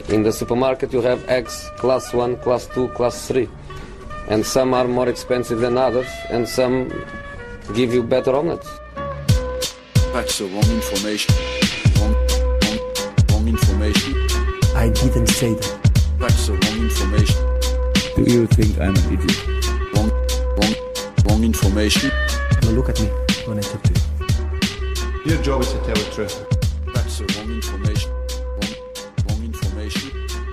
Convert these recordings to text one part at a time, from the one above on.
In the supermarket you have eggs class 1, class 2, class 3. And some are more expensive than others, and some give you better omelets. That's the wrong information. Wrong information. I didn't say that. That's the wrong information. Do you think I'm an idiot? Wrong information. Now look at me when I talk to you. Your job is to tell the truth. That's the wrong information. Wrong information.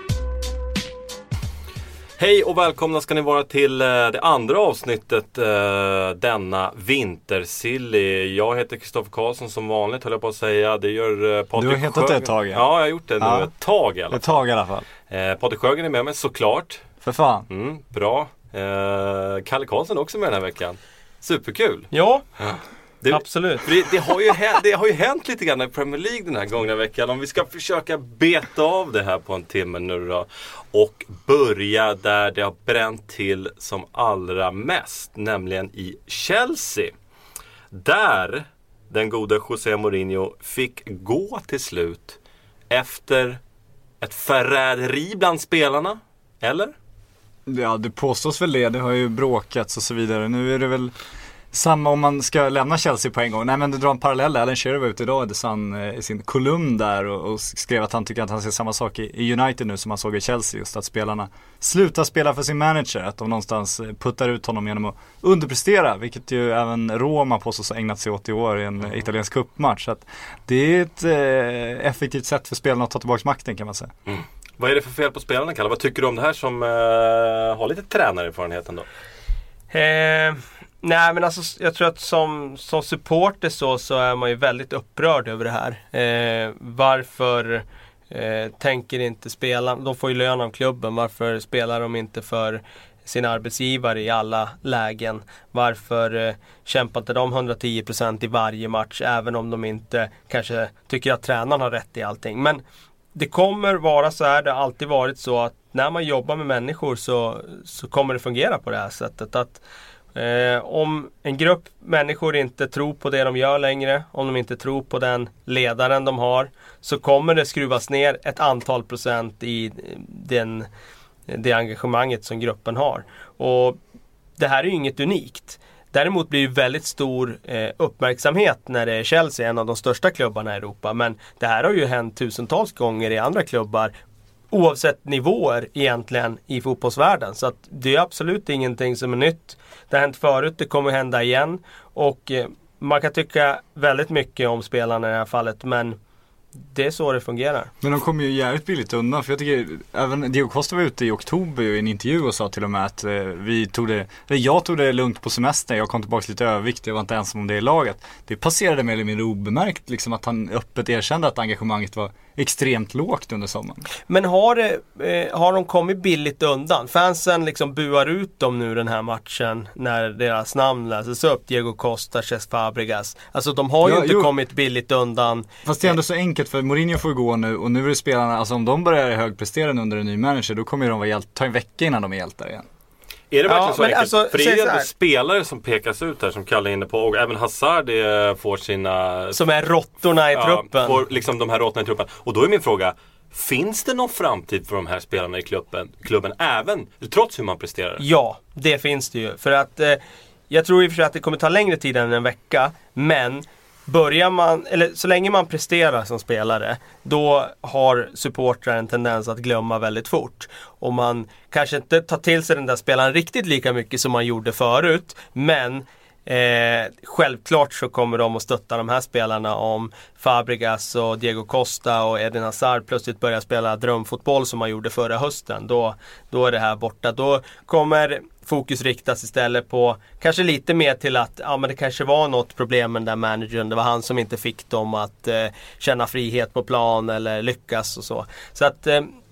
Hej och välkomna ska ni vara till det andra avsnittet denna vintersilly. Jag heter Kristoffer Karlsson som vanligt, höll jag på att säga. Det gör Patrik. Du har hetat det ett tag. Ja, jag har gjort det nu ett tag i alla fall. Ett tag i alla fall. Patrik Sjögren är med mig såklart. För fan. Bra. Kalle Karlsson också med den här veckan. Superkul. Ja. Absolut. Det har ju hänt lite grann i Premier League den här gångna veckan. Om vi ska försöka beta av det här på en timme nu då. Och börja där det har bränt till som allra mest. Nämligen i Chelsea. Där den gode José Mourinho fick gå till slut. Efter ett förräderi bland spelarna. Eller? Ja, det påstås väl det. Det har ju bråkats och så vidare. Nu är det väl samma om man ska lämna Chelsea på en gång. Nej, men det drar en parallell. Alan Shearer var ute idag i sin kolumn där och skrev att han tycker att han ser samma sak i United nu som han såg i Chelsea. Just att spelarna slutar spela för sin manager. Att de någonstans puttar ut honom genom att underprestera. Vilket ju även Roma påstås ha ägnat sig åt i år i en italiensk cupmatch. Så att det är ett effektivt sätt för spelarna att ta tillbaka makten, kan man säga. Mm. Vad är det för fel på spelarna, Kalle? Vad tycker du om det här som har lite tränarerfarenheten då? Nej, men alltså, jag tror att som supporter så är man ju väldigt upprörd över det här. Varför tänker inte spelarna, de får ju lön av klubben, varför spelar de inte för sin arbetsgivare i alla lägen? Varför kämpar inte de 110% i varje match, även om de inte kanske tycker att tränaren har rätt i allting? Men det kommer vara så här, det har alltid varit så att när man jobbar med människor så kommer det fungera på det här sättet. Att om en grupp människor inte tror på det de gör längre, om de inte tror på den ledaren de har, så kommer det skruvas ner ett antal procent i det engagemanget som gruppen har. Och det här är ju inget unikt. Däremot blir det väldigt stor uppmärksamhet när det är Chelsea, en av de största klubbarna i Europa. Men det här har ju hänt tusentals gånger i andra klubbar, oavsett nivåer egentligen i fotbollsvärlden. Så att det är absolut ingenting som är nytt. Det har hänt förut, det kommer hända igen. Och man kan tycka väldigt mycket om spelarna i det här fallet, men det är så det fungerar. Men de kommer ju jävligt billigt undan. För jag tycker, även Diego Costa var ute i oktober i en intervju och sa till och med att jag tog det lugnt på semester. Jag kom tillbaka lite övervikt, jag var inte ensam om det i laget. Det passerade mer eller mindre obemärkt liksom, att han öppet erkände att engagemanget var extremt lågt under sommaren. Men har de kommit billigt undan? Fansen liksom buar ut dem nu den här matchen när deras namn läses upp. Diego Costa, Cesc Fabregas. Alltså de har ju inte kommit billigt undan. Fast det är ändå så enkelt, för Mourinho får gå nu och nu är det spelarna, alltså om de börjar högpresterande under en ny manager, då kommer de ta en vecka innan de är hjältar igen. Är det verkligen så enkelt? Alltså, för det är ändå spelare som pekas ut här, som Kalle är inne på, och även Hazard får sina... Som är råttorna i truppen. Får liksom de här råttorna i truppen. Och då är min fråga, finns det någon framtid för de här spelarna i klubben även, trots hur man presterar? Ja, det finns det ju. För att jag tror i och för sig att det kommer ta längre tid än en vecka, men så länge man presterar som spelare, då har supportrar en tendens att glömma väldigt fort. Och man kanske inte tar till sig den där spelaren riktigt lika mycket som man gjorde förut, men självklart så kommer de att stötta de här spelarna om Fabregas och Diego Costa och Eden Hazard plötsligt börjar spela drömfotboll som man gjorde förra hösten. Då är det här borta. Då kommer fokus riktas istället på kanske lite mer till att men det kanske var något problem med den där managern. Det var han som inte fick dem att känna frihet på plan eller lyckas och så. Så att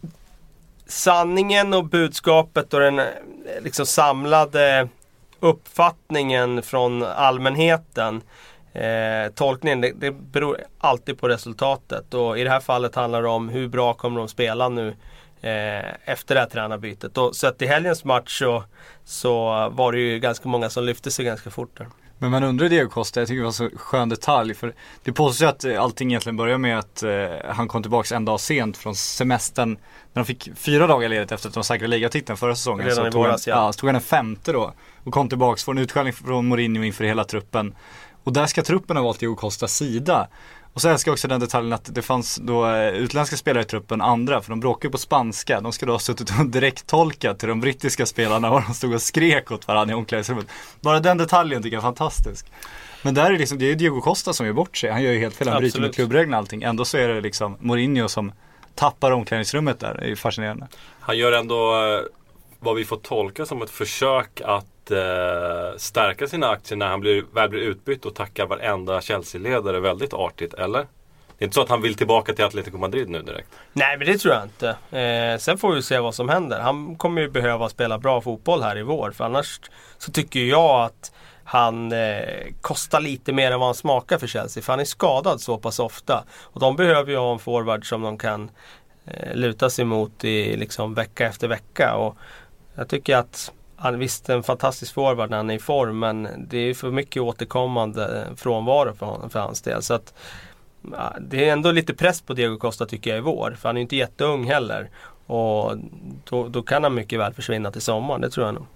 sanningen och budskapet och den liksom samlade uppfattningen från allmänheten, tolkningen, det beror alltid på resultatet. Och i det här fallet handlar det om hur bra kommer de spela nu efter det här tränarbytet. Så att i helgens match så var det ju ganska många som lyfte sig ganska fort där. Men man undrar Diego Costa, jag tycker det var så skön detalj. För det påstås ju att allting egentligen börjar med att han kom tillbaka en dag sent från semestern. När de fick 4 dagar ledigt efter att de säkrade ligatiteln förra säsongen. Redan så i våras, så tog han en 5:e då. Och kom tillbaka, får en utskällning från Mourinho inför hela truppen. Och där ska truppen ha valt Diego Costas sida. Och så älskar jag också den detaljen att det fanns då utländska spelare i truppen, andra, för de bråkar ju på spanska. De skulle ha suttit och direkt tolkat till de brittiska spelarna och de stod och skrek åt varandra i omklädningsrummet. Bara den detaljen tycker jag är fantastisk. Men där är liksom, det är Diego Costa som gör bort sig. Han gör ju helt fel, han bryter med klubbreglerna och allting. Ändå så är det liksom Mourinho som tappar omklädningsrummet där. Det är ju fascinerande. Han gör ändå vad vi får tolka som ett försök att stärka sina aktier när han väl blir utbytt och tackar varenda Chelsea-ledare väldigt artigt, eller? Det är inte så att han vill tillbaka till Atletico Madrid nu direkt? Nej, men det tror jag inte. Sen får vi se vad som händer. Han kommer ju behöva spela bra fotboll här i vår. För annars så tycker jag att han kostar lite mer än vad han smakar för Chelsea. För han är skadad så pass ofta. Och de behöver ju ha en forward som de kan luta sig mot i liksom vecka efter vecka. Och jag tycker att han visst är en fantastisk forward när han är i form, men det är för mycket återkommande frånvaro för hans del. Så att det är ändå lite press på Diego Costa tycker jag i vår. För han är inte jätteung heller. Och då kan han mycket väl försvinna till sommaren, det tror jag nog.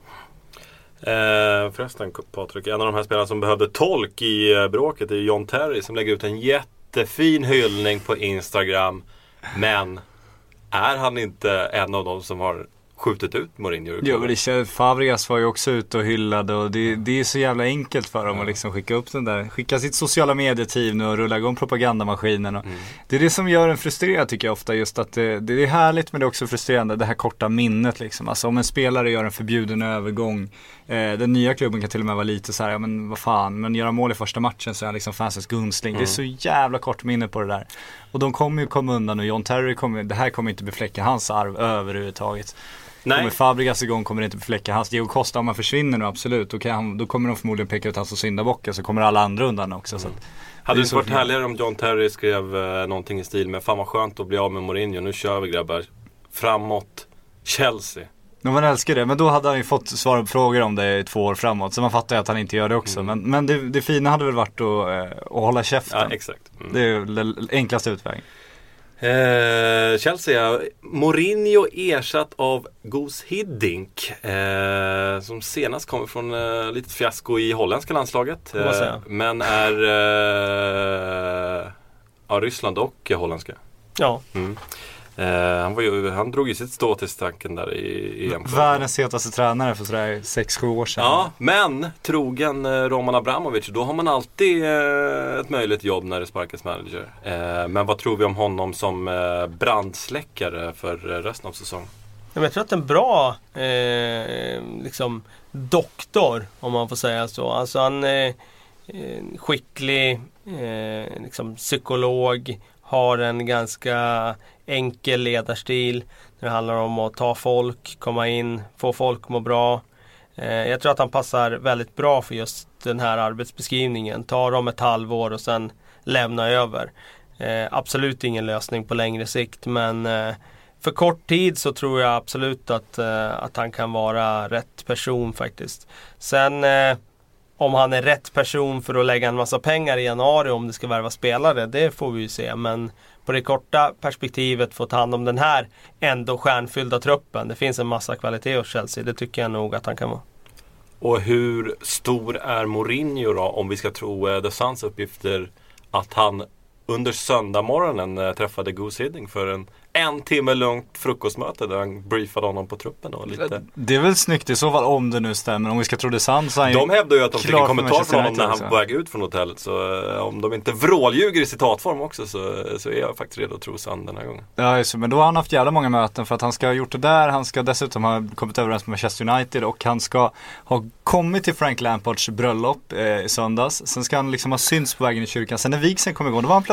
Förresten Patrik, en av de här spelarna som behövde tolk i bråket är John Terry som lägger ut en jättefin hyllning på Instagram. Men är han inte en av dem som har skjutit ut Mourinho? Ja, men det Fabregas var ju också ute och hyllade och det är så jävla enkelt för dem att liksom skicka upp den där, skicka sitt sociala medieteam nu och rulla igång propagandamaskinen och det är det som gör en frustrerad tycker jag ofta, just att det är härligt men det är också frustrerande det här korta minnet liksom. Alltså om en spelare gör en förbjuden övergång, den nya klubben kan till och med vara lite så här, ja men vad fan, men göra mål i första matchen så är han liksom fansens gunstling. Det är så jävla kort minne på det där. Och de kommer ju komma undan och John Terry det här kommer inte befläcka hans arv överhuvudtaget. Kommer Fabregas igång kommer det inte befläcka hans. Diego Costa, om han försvinner nu absolut då kommer de förmodligen peka ut hans och syndabockar, så kommer alla andra undan också. Så att, hade det inte varit härligare om John Terry skrev någonting i stil med fan vad skönt att bli av med Mourinho, nu kör vi grabbar framåt Chelsea. Ja, man älskar det, men då hade han ju fått svara på frågor om det i 2 år framåt, så man fattar ju att han inte gör det också. Men det fina hade väl varit att hålla käften. Ja, exakt. Det är den enklaste utvägen. Chelsea, Mourinho ersatt av Guus Hiddink som senast kommer från litet fiasko i holländska landslaget, men är Ryssland och holländska. Ja. Han drog ju sitt stå till stanken där i världens hetaste tränare för sådär 6-7 år sedan. Ja, men trogen Roman Abramovic, då har man alltid ett möjligt jobb när det sparkas manager. Men vad tror vi om honom som brandsläckare för resten av säsongen? Jag tror att en bra liksom doktor, om man får säga så. Alltså han är skicklig liksom psykolog, har en ganska enkel ledarstil. Det handlar om att ta folk, komma in, få folk att må bra. Jag tror att han passar väldigt bra för just den här arbetsbeskrivningen. Ta dem ett halvår och sen lämna över. Absolut ingen lösning på längre sikt, men för kort tid så tror jag absolut att han kan vara rätt person faktiskt. Sen om han är rätt person för att lägga en massa pengar i januari om det ska värva spelare, det får vi ju se. Men på det korta perspektivet få ta hand om den här ändå stjärnfyllda truppen. Det finns en massa kvalitet hos Chelsea, det tycker jag nog att han kan vara. Och hur stor är Mourinho då, om vi ska tro The Suns uppgifter, att han under söndagmorgonen träffade Guus Hiddink för en timme långt frukostmöte där han briefade honom på truppen då, lite. Det är väl snyggt i så fall om det nu stämmer. Om vi ska tro det sant så är de hävdar ju att de fick en kommentar från honom när han var på väg ut från hotellet. Så om de inte vråljuger i citatform också så är jag faktiskt redo att tro sant den här gången. Ja, just, men då har han haft jävla många möten för att han ska ha gjort det där. Han ska dessutom ha kommit överens med Manchester United och han ska ha kommit till Frank Lampards bröllop i söndags. Sen ska han liksom ha synts på vägen i kyrkan. Sen när vigseln kom igång, då var han plötsligt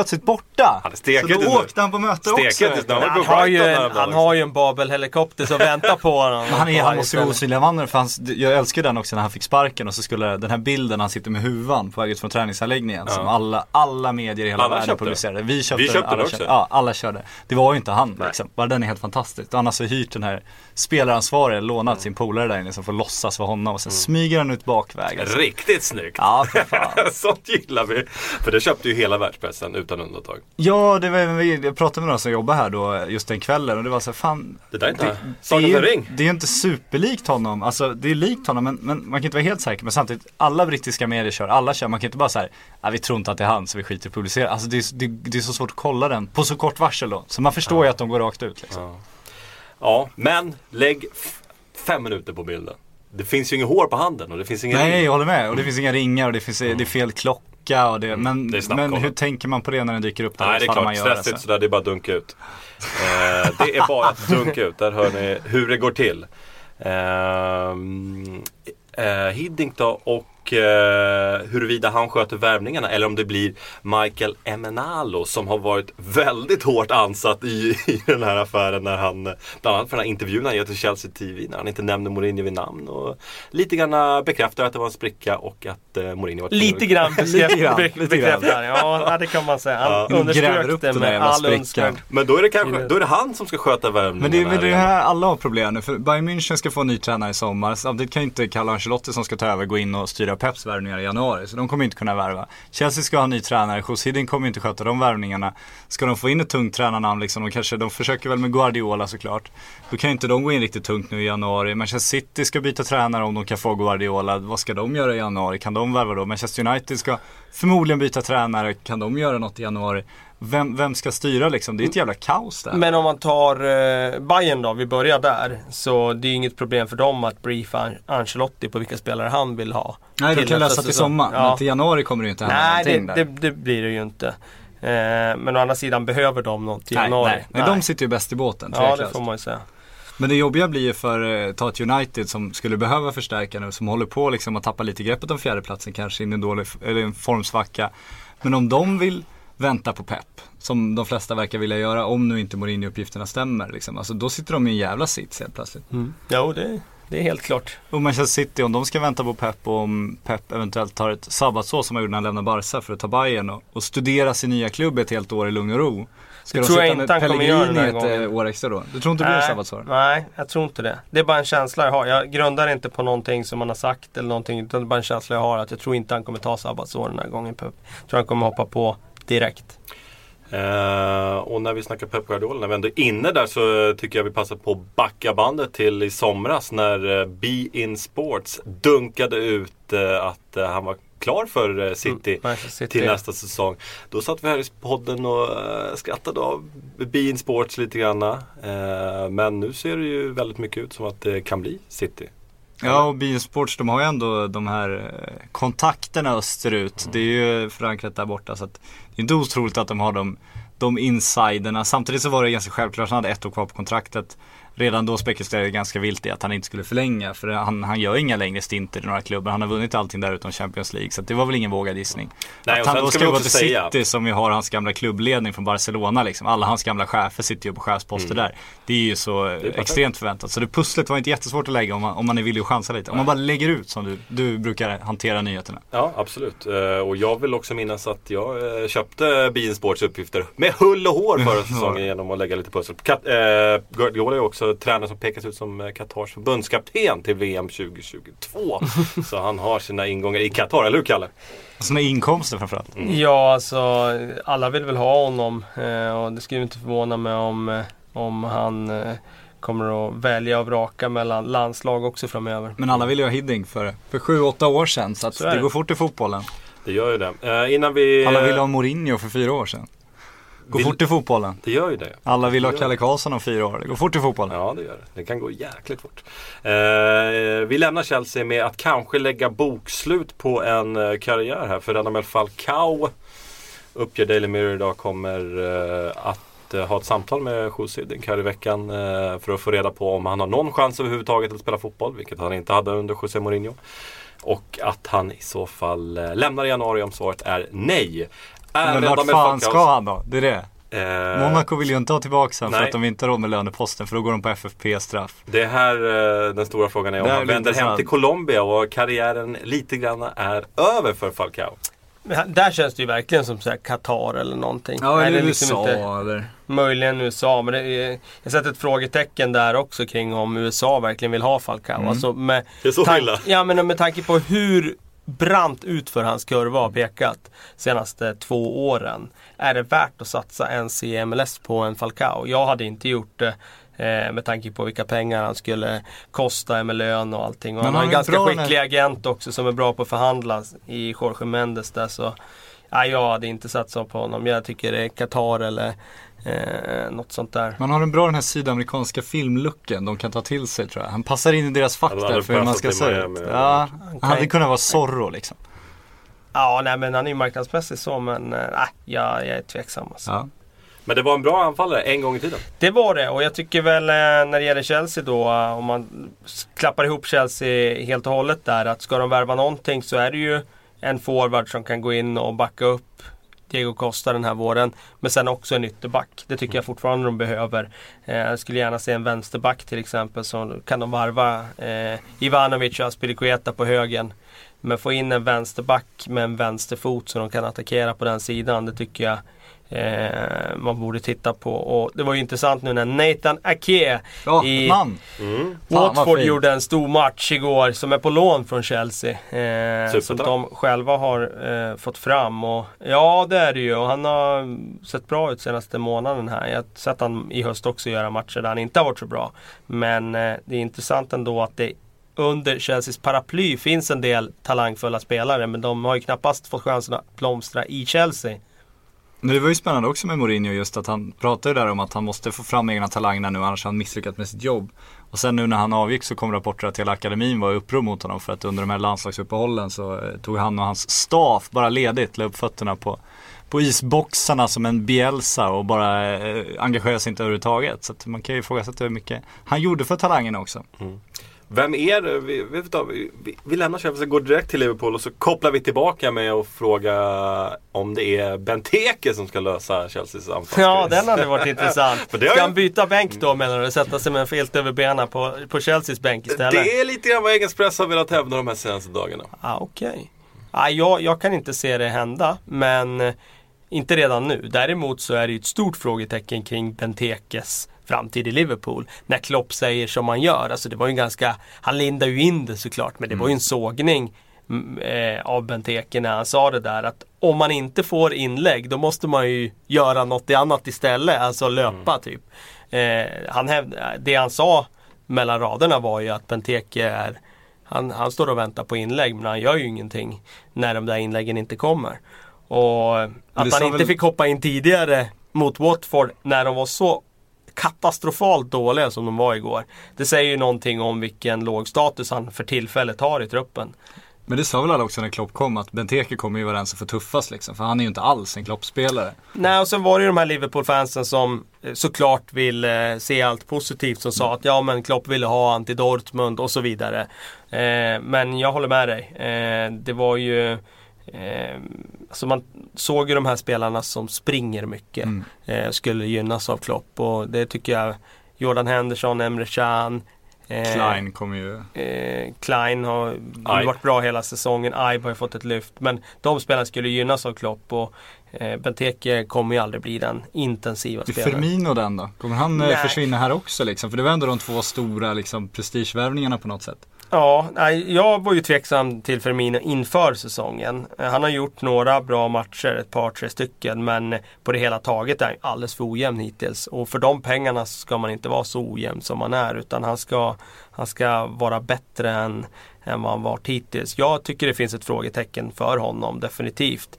plötsligt borta. Så då åkte han på möte också. Han har ju en Babel-helikopter som väntar på honom. Han måste ju vara osynliga vandrare, för jag älskar den också när han fick sparken. Och så skulle den här bilden, han sitter med huvan på väg ut från träningsanläggningen, som alla medier i hela världen publicerade. Vi köpte den också. Ja, alla körde. Det var ju inte han liksom. Bara den är helt fantastisk. Han har så hyrt den här spelaransvarig, lånat sin polare där inne som får låtsas vara honom, och sen smyger han ut bakväg. Alltså. Riktigt snyggt. Ja, för fan. Sånt gillar vi. För det köpte ju hela världspressen utan undantag. Ja, jag pratade med några som jobbar här då just den kvällen, och det var så fan, det där är inte det är inte superlikt honom. Alltså det är likt honom, men man kan inte vara helt säker. Men samtidigt, alla brittiska medier alla kör. Man kan inte bara säga, vi tror inte att det är han så vi skiter i att publicera. Alltså det är så svårt att kolla den på så kort varsel då. Så man förstår ju att de går rakt ut liksom. Ja, men lägg 5 minuter på bilden. Det finns ju inget hår på handen och det finns inga jag håller med. Och det finns inga ringar och det är fel klocka och det, men hur tänker man på det när den dyker upp där? Nej, det är klart, stressigt sådär, det är bara att dunka ut. Det är bara att dunka ut. Där hör ni hur det går till. Hiddink då, och huruvida han sköter värvningarna eller om det blir Michael Emenalo som har varit väldigt hårt ansatt i den här affären, när han, bland annat för den här intervjun han gör till Chelsea TV, när han inte nämner Mourinho vid namn och lite grann bekräftar att det var en spricka och att Mourinho var lite grann bekräftar. Ja, det kan man säga. Han underströk det med all önskan. Men då är det han som ska sköta värvningarna. Men det är här alla har problem nu, för Bayern München ska få en ny tränare i sommar. Samtidigt kan inte Carlo Ancelotti som ska ta över gå in och styra Peps värvningar i januari, så de kommer inte kunna värva. Chelsea ska ha en ny tränare, Jose Hiddink kommer inte sköta de värvningarna. Ska de få in ett tungt tränarnamn liksom, de försöker väl med Guardiola såklart. Då kan inte de gå in riktigt tungt nu i januari. Manchester City ska byta tränare om de kan få Guardiola. Vad ska de göra i januari? Kan de värva då? Manchester United ska förmodligen byta tränare. Kan de göra något i januari? Vem ska styra liksom? Det är ett jävla kaos där. Men om man tar Bayern då, vi börjar där. Så det är inget problem för dem att briefa Ancelotti på vilka spelare han vill ha. Nej, det kan lösa till sommar. Ja. Men till januari kommer det ju inte hända någonting där. Nej, det blir det ju inte. Men å andra sidan behöver de något till januari. Nej, de sitter ju bäst i båten. Ja, det får man ju säga. Men det jobbiga blir ju för ta ett United som skulle behöva förstärka nu, som håller på liksom att tappa lite greppet om fjärdeplatsen, kanske in i en formsvacka. Men om de vill vänta på Pep, som de flesta verkar vilja göra, om nu inte Mourinho-uppgifterna stämmer liksom. Alltså då sitter de i en jävla sits helt plötsligt. Jo, det är helt klart. Och Manchester City, om de ska vänta på Pep, och om Pep eventuellt tar ett sabbatsår som han gjorde när han lämnade Barca för att ta Bayern och studera sin nya klubb ett helt år i lugn och ro. Ska de sitta med Pellegrini ett år extra då? Du tror inte det blir sabbatsår? Nej, jag tror inte det. Det är bara en känsla jag har. Jag grundar inte på någonting som man har sagt eller någonting, utan det är bara en känsla jag har att jag tror inte han kommer ta sabbatsår den här gången, Pep. Jag tror han kommer hoppa på direkt. Och när vi snackar Pep Guardiola, när vi ändå är inne där, så tycker jag vi passar på att backa bandet till i somras när Be-In Sports dunkade ut att han var klar för City till nästa säsong. Då satt vi här i podden och skrattade av Be-In Sports lite grann. Men nu ser det ju väldigt mycket ut som att det kan bli City. Ja, och Be-In Sports, de har ju ändå de här kontakterna österut. Det är ju förankrat där borta, så att det är inte otroligt att de har de insiderna. Samtidigt så var det ganska självklart att han hade 1 år kvar på kontraktet. Redan då spekulerade det ganska vilt i att han inte skulle förlänga, för han gör inga längre stinter i några klubbar. Han har vunnit allting där utom Champions League, så det var väl ingen vågad gissning. Nej, att han då ska gå till City, som vi har hans gamla klubbledning från Barcelona liksom. Alla hans gamla chefer sitter ju på chefsposter där. Det är ju så extremt förväntat. Så det pusslet var inte jättesvårt att lägga om man är villig att chansa lite. Om man bara lägger ut som du brukar hantera nyheterna. Ja, absolut. Och jag vill också minnas att jag köpte Be-In Sports uppgifter med hull och hår förra säsongen genom att lägga lite pussel. Guardiola är också tränare som pekas ut som Katars förbundskapten till VM 2022. Så han har sina ingångar i Qatar, eller hur Kalle? Sina inkomster framförallt. Ja, alltså alla vill väl ha honom. Och det skulle inte förvåna mig om han kommer att välja och vraka mellan landslag också framöver. Men alla vill ju ha Hiddink för 7-8 år sedan, så, att det går fort i fotbollen. Det gör ju det. Alla vill ha Mourinho för 4 år sedan. Går fort i fotbollen. Det gör ju det. Alla vill ha Kalle Karlsson om 4 år. Det går fort i fotbollen. Ja, det gör det. Det kan gå jäkligt fort. Vi lämnar Chelsea med att kanske lägga bokslut på en karriär här. För Radamel Falcao, uppger Daily Mirror idag, kommer att ha ett samtal med Jose Hiddink här i veckan för att få reda på om han har någon chans överhuvudtaget att spela fotboll, vilket han inte hade under José Mourinho. Och att han i så fall lämnar i januari om svaret är nej. Men rädda vart med fan Falcao. ska han då? Det är det. Monaco vill ju inte ha tillbaka han för nej. att de inte har råd med löneposten, för då går de på FFP-straff. Det här den stora frågan är om Det är han vänder hem intressant. till Colombia och karriären lite grann är över för Falcao. Men där känns det ju verkligen som så här Qatar eller någonting. Ja, Nej, eller det är USA inte, eller... möjligen USA, men jag sätter ett frågetecken där också kring om USA verkligen vill ha Falcao. Alltså med Det är så illa. Ja, men med tanke på hur brant ut för hans kurva har pekat senaste 2 åren. Är det värt att satsa ens i MLS på en Falcao? Jag hade inte gjort det. Med tanke på vilka pengar han skulle kosta med lön och allting. Och han har en ganska skicklig agent också som är bra på att förhandla i Jorge Mendes där, så jag hade inte satsat på honom. Jag tycker det är Qatar eller något sånt där. Man har en bra den här sydamerikanska filmlucken de kan ta till sig, tror jag. Han passar in i deras fakta för hur man ska se ut. Ja, han hade kunnat vara Zorro liksom. Ja, nej, men han är ju marknadsmässig så, men jag är tveksam alltså. Ja. Men det var en bra anfallare en gång i tiden. Det var det, och jag tycker väl när det gäller Chelsea då, om man klappar ihop Chelsea helt och hållet där, att ska de värva någonting så är det ju en forward som kan gå in och backa upp Diego Costa den här våren, men sen också en ytterback. Det tycker jag fortfarande de behöver. Jag skulle gärna se en vänsterback till exempel, så kan de varva Ivanovic och Aspilicueta på högen. Men få in en vänsterback med en vänsterfot så de kan attackera på den sidan, det tycker jag man borde titta på. Och det var ju intressant nu när Nathan Ake i Watford gjorde en stor match igår, som är på lån från Chelsea, som de själva har fått fram. Och ja, det är det ju, och han har sett bra ut senaste månaden här. Jag har sett han i höst också göra matcher där han inte har varit så bra, men det är intressant ändå att det under Chelseas paraply finns en del talangfulla spelare, men de har ju knappast fått chansen att blomstra i Chelsea. Men det var ju spännande också med Mourinho, just att han pratade där om att han måste få fram egna talangerna nu, annars har han misslyckats med sitt jobb. Och sen nu när han avgick så kom rapporter att hela akademin var uppror mot honom, för att under de här landslagsuppehållen så tog han och hans staff bara ledigt, la upp fötterna på isboxarna som en Bielsa och bara engagerade sig inte överhuvudtaget. Så att man kan ju ifrågasätta hur mycket han gjorde för talangerna också. Mm. Vem är det? Vi lämnar Chelsea, går direkt till Liverpool och så kopplar vi tillbaka med att fråga om det är Benteke som ska lösa Chelseas anfallskris. Ja, den hade varit intressant. Ska han byta bänk då, menar du? Sätta sig med en filt över benen på Chelseas bänk istället? Det är lite grann vad egen press har velat hävda de här senaste dagarna. Okej. Jag kan inte se det hända, men inte redan nu. Däremot så är det ett stort frågetecken kring Bentekes framtid i Liverpool. När Klopp säger som han gör. Alltså det var ju han lindade ju in det såklart, men det var ju en sågning av Benteke när han sa det där, att om man inte får inlägg då måste man ju göra något annat istället, alltså löpa typ. Det han sa mellan raderna var ju att Benteke han står och väntar på inlägg, men han gör ju ingenting när de där inläggen inte kommer. Och att han inte fick hoppa in tidigare mot Watford när de var så katastrofalt dåliga som de var igår, det säger ju någonting om vilken låg status han för tillfället har i truppen. Men det sa väl alla också när Klopp kom, att Benteke kommer ju vara den som får tuffast liksom, för han är ju inte alls en Klopp-spelare. Nej, och sen var det ju de här Liverpool-fansen som såklart vill se allt positivt, som sa att ja, men Klopp ville ha han till Dortmund och så vidare. Men jag håller med dig. Det var ju alltså man såg ju de här spelarna som springer mycket skulle gynnas av Klopp, och det tycker jag. Jordan Henderson, Emre Can, Klein kommer ju Klein har varit bra hela säsongen. Ibe har ju fått ett lyft, men de spelarna skulle gynnas av Klopp, och Benteke kommer ju aldrig bli den intensiva spelaren. Firmino den då? Kommer han försvinna här också liksom? För det var ändå de två stora liksom prestigevärvningarna på något sätt. Ja, jag var ju tveksam till Firmino inför säsongen. Han har gjort några bra matcher, ett par, 3 stycken, men på det hela taget är han alldeles för ojämn hittills. Och för de pengarna ska man inte vara så ojämn som man är, utan han ska vara bättre än vad han varit hittills. Jag tycker det finns ett frågetecken för honom, definitivt.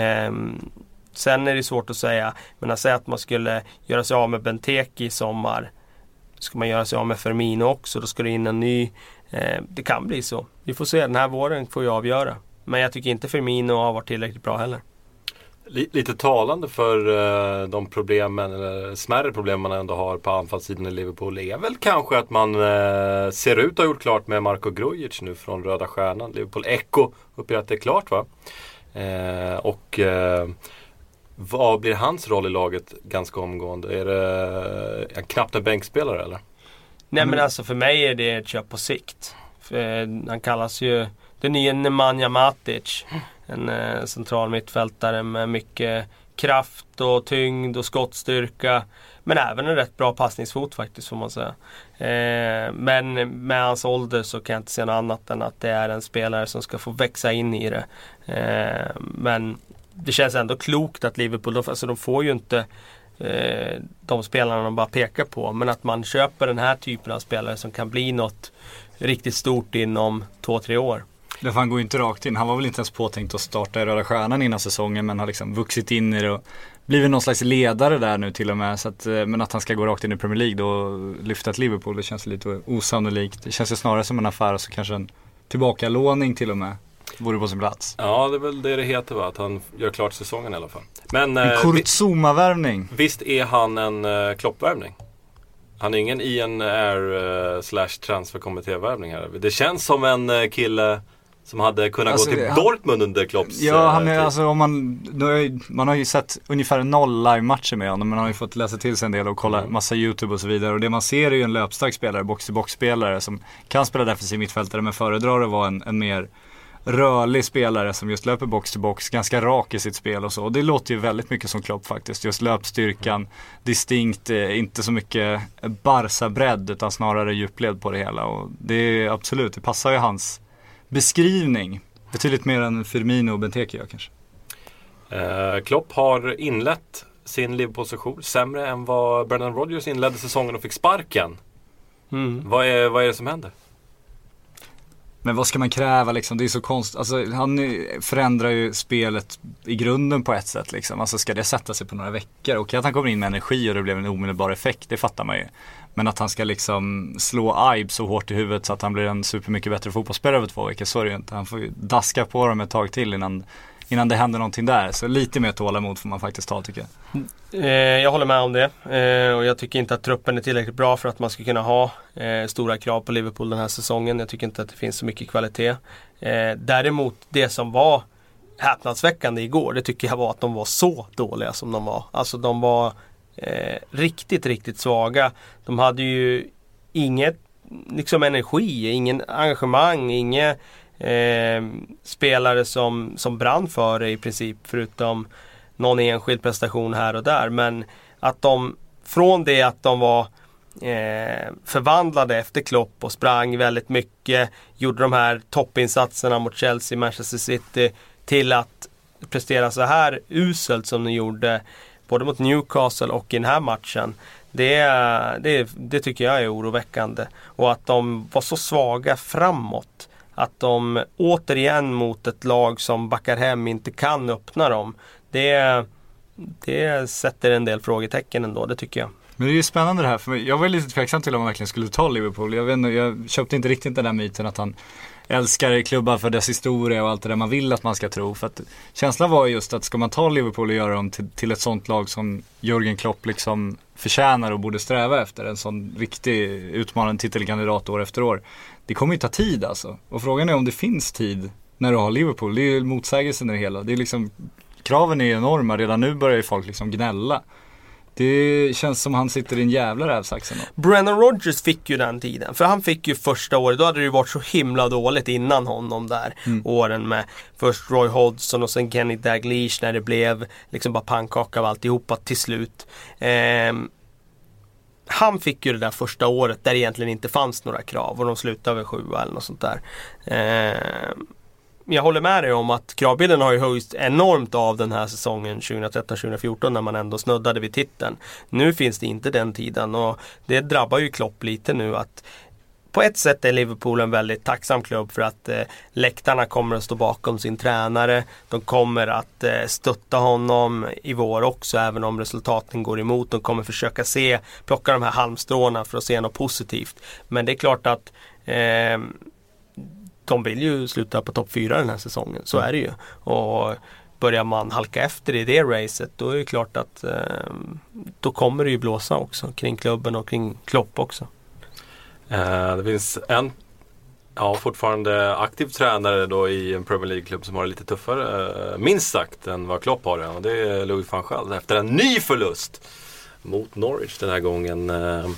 Sen är det svårt att säga, men att säga att man skulle göra sig av med Benteke i sommar, ska man göra sig av med Firmino också, då ska det in en ny. Det kan bli så. Vi får se, den här våren får jag avgöra. Men jag tycker inte Firmino har varit tillräckligt bra heller. Lite talande för de problemen, eller smärre problem man ändå har på anfallssidan i Liverpool, är väl kanske att man ser ut att ha gjort klart med Marko Grujic nu från Röda Stjärnan. Liverpool Echo uppger att det är klart, va? Vad blir hans roll i laget ganska omgående? Är det knappt en bänkspelare eller? Nej men alltså för mig är det ett köp på sikt. Han kallas ju den nya Nemanja Matic. En central mittfältare med mycket kraft och tyngd och skottstyrka. Men även en rätt bra passningsfot faktiskt får man säga. Men med hans ålder så kan jag inte se något annat än att det är en spelare som ska få växa in i det. Men det känns ändå klokt att Liverpool, alltså de får ju inte de spelarna de bara pekar på. Men att man köper den här typen av spelare som kan bli något riktigt stort inom 2-3 år. Därför han går ju inte rakt in. Han var väl inte ens påtänkt att starta i Röda Stjärnan innan säsongen, men har liksom vuxit in i det och blivit någon slags ledare där nu till och med. Så att, men att han ska gå rakt in i Premier League då lyfta ett Liverpool, det känns lite osannolikt. Det känns ju snarare som en affär, så kanske en tillbakalåning till och med vore på sin plats. Ja, det är väl det heter, va? Att han gör klart säsongen i alla fall. Men en Kurzuma-värvning. Visst är han en Klopp-värvning? Han är ingen INR/transferkommitté-värvning här. Det känns som en kille som hade kunnat gå till Dortmund under Klopps han är, alltså, om man har ju sett ungefär 0 live-matcher med honom. Man har ju fått läsa till sig en del och kolla massa YouTube och så vidare. Och det man ser är ju en löpstark spelare, box-to-box-spelare som kan spela defensiv mittfältare, men föredrar att vara en mer rörlig spelare som just löper box-to-box, ganska rak i sitt spel och så. Och det låter ju väldigt mycket som Klopp faktiskt. Just löpstyrkan, distinkt, inte så mycket Barca-bredd utan snarare djupled på det hela. Och det är absolut, det passar ju hans beskrivning betydligt mer än Firmino och Benteke gör kanske. Klopp har inlett sin Liverpool-position sämre än vad Brendan Rodgers inledde säsongen och fick sparken. Vad är det som händer? Men vad ska man kräva liksom? Det är så konstigt. Alltså, han förändrar ju spelet i grunden på ett sätt liksom. Alltså ska det sätta sig på några veckor? Okej, att han kommer in med energi och det blev en omedelbar effekt, det fattar man ju. Men att han ska liksom slå Ibe så hårt i huvudet så att han blir en supermycket bättre fotbollsspelare över 2 veckor, så är det ju inte. Han får ju daska på dem ett tag till innan det händer någonting där. Så lite mer tålamod får man faktiskt ta, tycker jag. Jag håller med om det. Och jag tycker inte att truppen är tillräckligt bra för att man ska kunna ha stora krav på Liverpool den här säsongen. Jag tycker inte att det finns så mycket kvalitet. Däremot det som var häpnadsväckande igår, det tycker jag var att de var så dåliga som de var. Alltså de var riktigt, riktigt svaga. De hade ju inget liksom energi, ingen engagemang, inget spelare som brann för det i princip, förutom någon enskild prestation här och där. Men att de, från det att de var förvandlade efter Klopp och sprang väldigt mycket, gjorde de här toppinsatserna mot Chelsea, Manchester City, till att prestera så här uselt som de gjorde både mot Newcastle och i den här matchen, det tycker jag är oroväckande. Och att de var så svaga framåt, att de återigen mot ett lag som backar hem inte kan öppna dem, det sätter en del frågetecken ändå, det tycker jag. Men det är ju spännande det här, för jag var lite tveksam till om man verkligen skulle ta Liverpool. Jag köpte inte riktigt den där myten att han älskar klubbar för dess historia och allt det där man vill att man ska tro. För att känslan var just att ska man ta Liverpool och göra dem till ett sånt lag som Jürgen Klopp liksom förtjänar och borde sträva efter, en sån riktig utmanande titelkandidat år efter år, det kommer ju ta tid alltså. Och frågan är om det finns tid när du har Liverpool. Det är ju motsägelsen i det hela. Det är liksom, kraven är enorma. Redan nu börjar ju folk liksom gnälla. Det känns som han sitter i en jävla rävsaxen då. Brendan Rodgers fick ju den tiden. För han fick ju första året, då hade det ju varit så himla dåligt innan honom där. Åren med först Roy Hodgson och sen Kenny Dalglish, när det blev liksom bara pannkaka av alltihopa till slut. Han fick ju det där första året där det egentligen inte fanns några krav och de slutade över 7 eller något sånt där. Jag håller med dig om att kravbilden har ju höjts enormt av den här säsongen 2013-2014 när man ändå snuddade vid titeln. Nu finns det inte den tiden och det drabbar ju Klopp lite nu, att på ett sätt är Liverpool en väldigt tacksam klubb för att läktarna kommer att stå bakom sin tränare. De kommer att stötta honom i vår också, även om resultaten går emot. De kommer försöka plocka de här halmstråna för att se något positivt. Men det är klart att de vill ju sluta på topp 4 den här säsongen, så är det ju. Och börjar man halka efter i det racet, då är det klart att då kommer det ju blåsa också kring klubben och kring Klopp också. Det finns en Ja, fortfarande aktiv tränare då i en Premier League-klubb som har det lite tuffare, minst sagt, än vad Klopp har det. Och det är Louis van Gaal efter en ny förlust mot Norwich den här gången.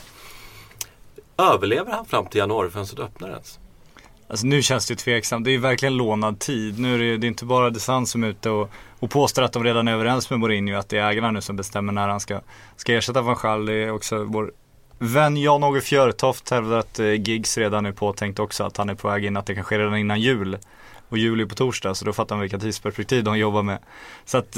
Överlever han fram till januari för att öppnar ens? Alltså nu känns det ju tveksamt. Det är ju verkligen lånad tid. Nu är det inte bara Desan som är ute och påstår att de redan är överens med Mourinho, att det är ägarna nu som bestämmer när han ska ersätta Van Gaal. Det är också vår vän Jan-Åge Fjörtoft hävdar att Giggs redan är påtänkt också, att han är på väg in, att det kan ske redan innan jul. Och jul är på torsdag, så då fattar man vilka tidsperspektiv de jobbar med. Så att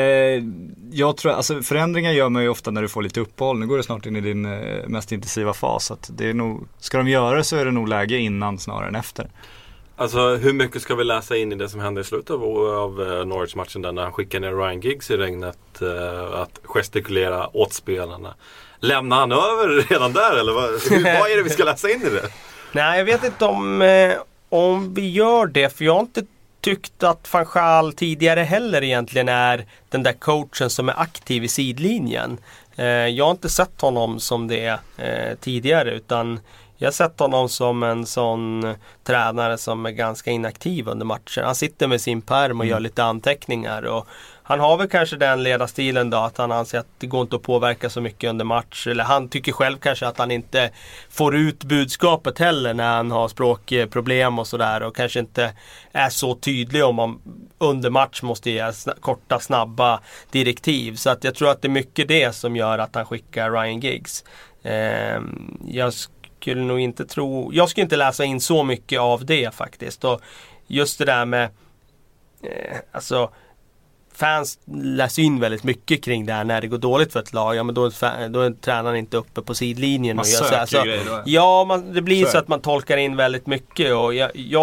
jag tror, alltså förändringar gör man ju ofta när du får lite uppehåll. Nu går det snart in i din mest intensiva fas. Så att det är nog, ska de göra det så är det nog läge innan snarare än efter. Alltså hur mycket ska vi läsa in i det som hände i slutet av Norwich-matchen där när han skickar ner Ryan Giggs i regnet att gestikulera åt spelarna? Lämnar han över redan där eller vad är det vi ska läsa in i det? Nej, jag vet inte om vi gör det, för jag har inte tyckt att Van Gaal tidigare heller egentligen är den där coachen som är aktiv i sidlinjen. Jag har inte sett honom som det tidigare, utan jag har sett honom som en sån tränare som är ganska inaktiv under matcher. Han sitter med sin pärm och gör lite anteckningar, och han har väl kanske den ledarstilen då, att han anser att det går inte att påverka så mycket under match. Eller han tycker själv kanske att han inte får ut budskapet heller när han har språkproblem och sådär. Och kanske inte är så tydlig om man under match måste ge korta, snabba direktiv. Så att jag tror att det är mycket det som gör att han skickar Ryan Giggs. Jag skulle inte läsa in så mycket av det faktiskt. Och just det där med alltså fans läser in väldigt mycket kring det här när det går dåligt för ett lag. Ja, men då är tränaren inte uppe på sidlinjen. Man och gör så grejer då. Ja, det blir så att man tolkar in väldigt mycket. Och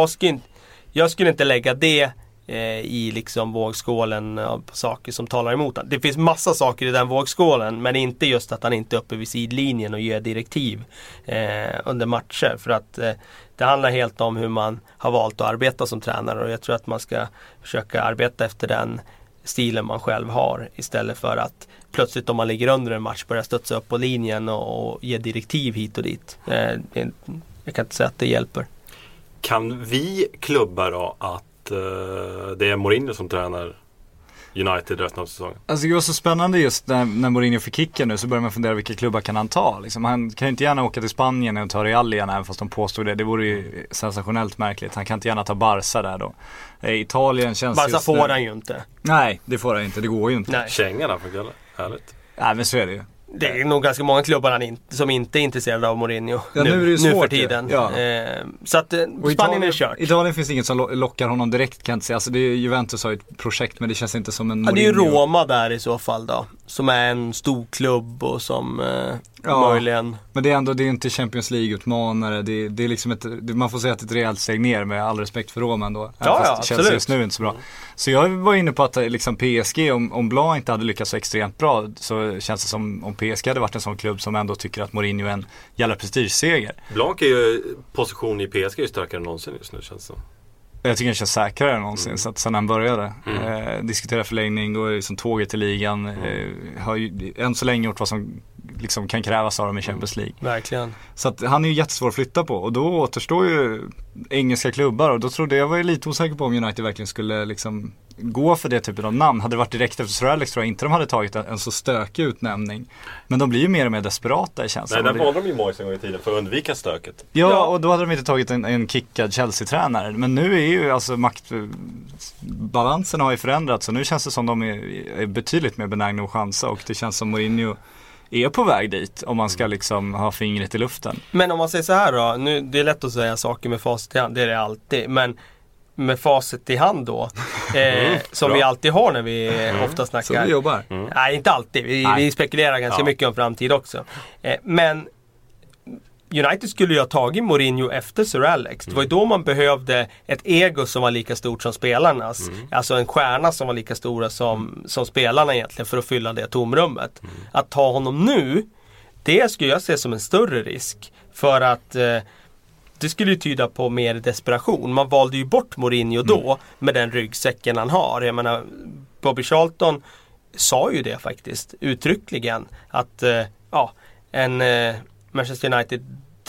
jag skulle inte lägga det i liksom vågskålen på saker som talar emot han. Det finns massa saker i den vågskålen, men inte just att han inte är uppe vid sidlinjen och ger direktiv under matcher. För att det handlar helt om hur man har valt att arbeta som tränare, och jag tror att man ska försöka arbeta efter den stilen man själv har, istället för att plötsligt om man ligger under en match börja studsa upp på linjen och ge direktiv hit och dit. Jag kan inte säga att det hjälper. Kan vi klubba då att det är Mourinho som tränar United resten av säsongen? Alltså det var så spännande just när Mourinho fick kicken nu, så börjar man fundera vilka klubbar kan han ta. Liksom, han kan ju inte gärna åka till Spanien och ta Real igen, även fast de påstod det. Det vore ju sensationellt märkligt. Han kan inte gärna ta Barca där då. Italien känns Barca just får han ju inte. Nej, det får han inte. Det går ju inte. Kängarna för Kalle. Härligt. Nej, men så är det ju. Det är nog ganska många klubbar som inte är intresserade av Mourinho nu är det ju svårt, nu för tiden. Ja. Så att Spanien är kört. Italien finns inget som lockar honom direkt, kan jag inte säga. Alltså Juventus har ju ett projekt, men det känns inte som en Mourinho. Ja, det är ju Roma där i så fall då, som är en stor klubb och som möjligen. Men det är inte Champions League-utmanare. Det är liksom man får säga att det är ett rejält steg ner, med all respekt för Roma ändå. Ja, Chelsea just nu är inte så bra. Så jag var inne på att liksom PSG, om Blanc inte hade lyckats så extremt bra, så känns det som om PSG hade varit en sån klubb som ändå tycker att Mourinho är en jävla prestigeseger. Blanc är ju position i PSG är starkare än någonsin just nu, känns det som. Jag tycker det känns säkrare än någonsin, så att sen han började diskutera förlängning, går liksom tåget i ligan, har ju än så länge gjort vad som liksom kan krävas av dem i Champions League. Verkligen. Så att han är ju jättesvår att flytta på, och då återstår ju engelska klubbar, och då trodde jag var ju lite osäker på om United verkligen skulle liksom gå för det typen av namn. Hade det varit direkt efter Sir Alex tror jag inte de hade tagit en så stökig utnämning. Men de blir ju mer och mer desperata i känslan. Nej, där valde de ju Moyes en gång i tiden för att undvika stöket. Ja, och då hade de inte tagit en kickad Chelsea-tränare. Men nu är ju alltså maktbalansen har ju förändrats, så nu känns det som de är betydligt mer benägna att chansa, och det känns som Mourinho är på väg dit om man ska liksom ha fingret i luften. Men om man säger så här då, nu, det är lätt att säga saker med facit i hand, det är det alltid, men med facit i hand då som vi alltid har när vi ofta snackar. Så vi jobbar. Nej, inte alltid, vi spekulerar ganska mycket om framtid också, men United skulle ju ha tagit Mourinho efter Sir Alex. Det var ju då man behövde ett ego som var lika stort som spelarnas. Alltså en stjärna som var lika stora som spelarna egentligen, för att fylla det tomrummet. Att ta honom nu, det skulle jag se som en större risk. För att det skulle ju tyda på mer desperation. Man valde ju bort Mourinho då med den ryggsäcken han har. Jag menar, Bobby Charlton sa ju det faktiskt uttryckligen. Att en Manchester United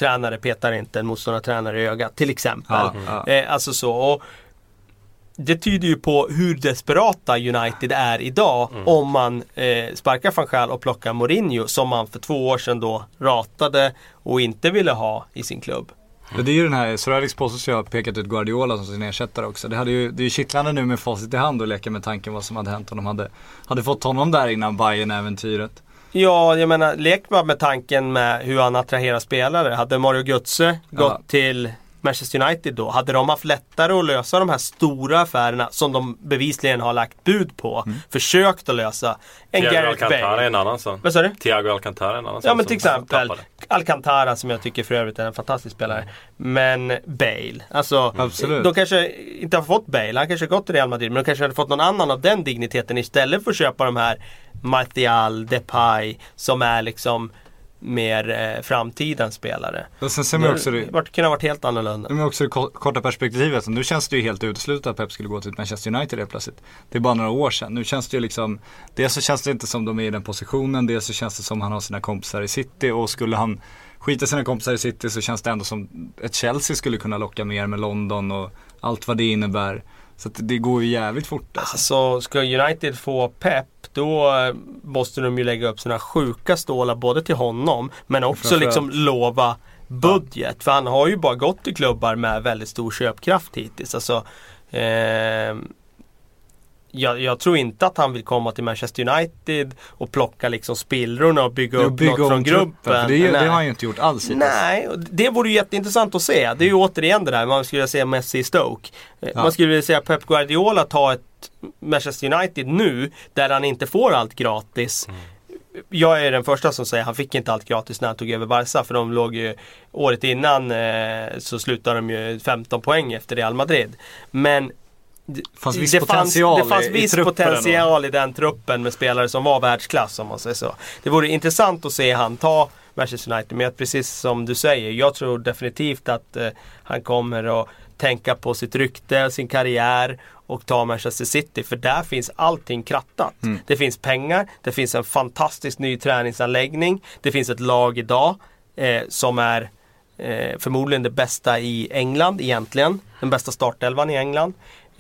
tränare petar inte en motståndartränare i ögat till exempel. Alltså så, och det tyder ju på hur desperata United är idag om man sparkar Van Gaal och plockar Mourinho som man för 2 år sedan då ratade och inte ville ha i sin klubb. Det är ju den här, Sir Alex påstås ju ha pekat ut Guardiola som sin ersättare också. Det är ju kittlande nu med facit i hand och leka med tanken vad som hade hänt om de hade fått honom där innan Bayern-äventyret. Ja, jag menar, lek med tanken med hur han attraherar spelare. Hade Mario Götze gått till Manchester United då, hade de haft lättare att lösa de här stora affärerna som de bevisligen har lagt bud på, försökt att lösa. Thiago Alcantara är en annan sån. Vad sa du? Thiago Alcantara är en annan sån. Ja, men till exempel Alcantara som jag tycker för övrigt är en fantastisk spelare. Men Bale, alltså de kanske inte har fått Bale, han kanske gått till Real Madrid, men de kanske hade fått någon annan av den digniteten istället för att köpa de här Martial, Depay som är liksom mer framtidens spelare. Och sen ser man också det kunde ha varit helt annorlunda. Men också det korta perspektivet. Nu känns det ju helt uteslutet att Pep skulle gå till Manchester United helt plötsligt. Det är bara några år sedan. Nu känns det ju liksom, dels så känns det inte som de är i den positionen, dels så känns det som han har sina kompisar i City, och skulle han skita sina kompisar i City så känns det ändå som ett Chelsea skulle kunna locka mer med London och allt vad det innebär. Så att det går ju jävligt fort. Alltså ska United få Pep, då måste de ju lägga upp såna sjuka stålar både till honom, men också liksom lova budget. För han har ju bara gått till klubbar med väldigt stor köpkraft hittills. Alltså, jag tror inte att han vill komma till Manchester United och plocka liksom spillrorna och bygga upp något från gruppen. Det har han ju inte gjort alls. Nej, det vore ju jätteintressant att se. Det är ju återigen det där, man skulle säga Messi i Stoke. Man skulle vilja säga Pep Guardiola ta ett Manchester United nu där han inte får allt gratis. Jag är den första som säger han fick inte allt gratis när han tog över Barca, för de låg ju året innan så slutade de ju 15 poäng efter Real Madrid. Men det fanns viss potential i den truppen med spelare som var världsklass, om man säger så. Det vore intressant att se han ta Manchester United, men precis som du säger, jag tror definitivt att han kommer att tänka på sitt rykte, sin karriär och ta Manchester City, för där finns allting krattat. Det finns pengar, det finns en fantastisk ny träningsanläggning, det finns ett lag idag som är förmodligen det bästa i England egentligen, den bästa startelvan i England.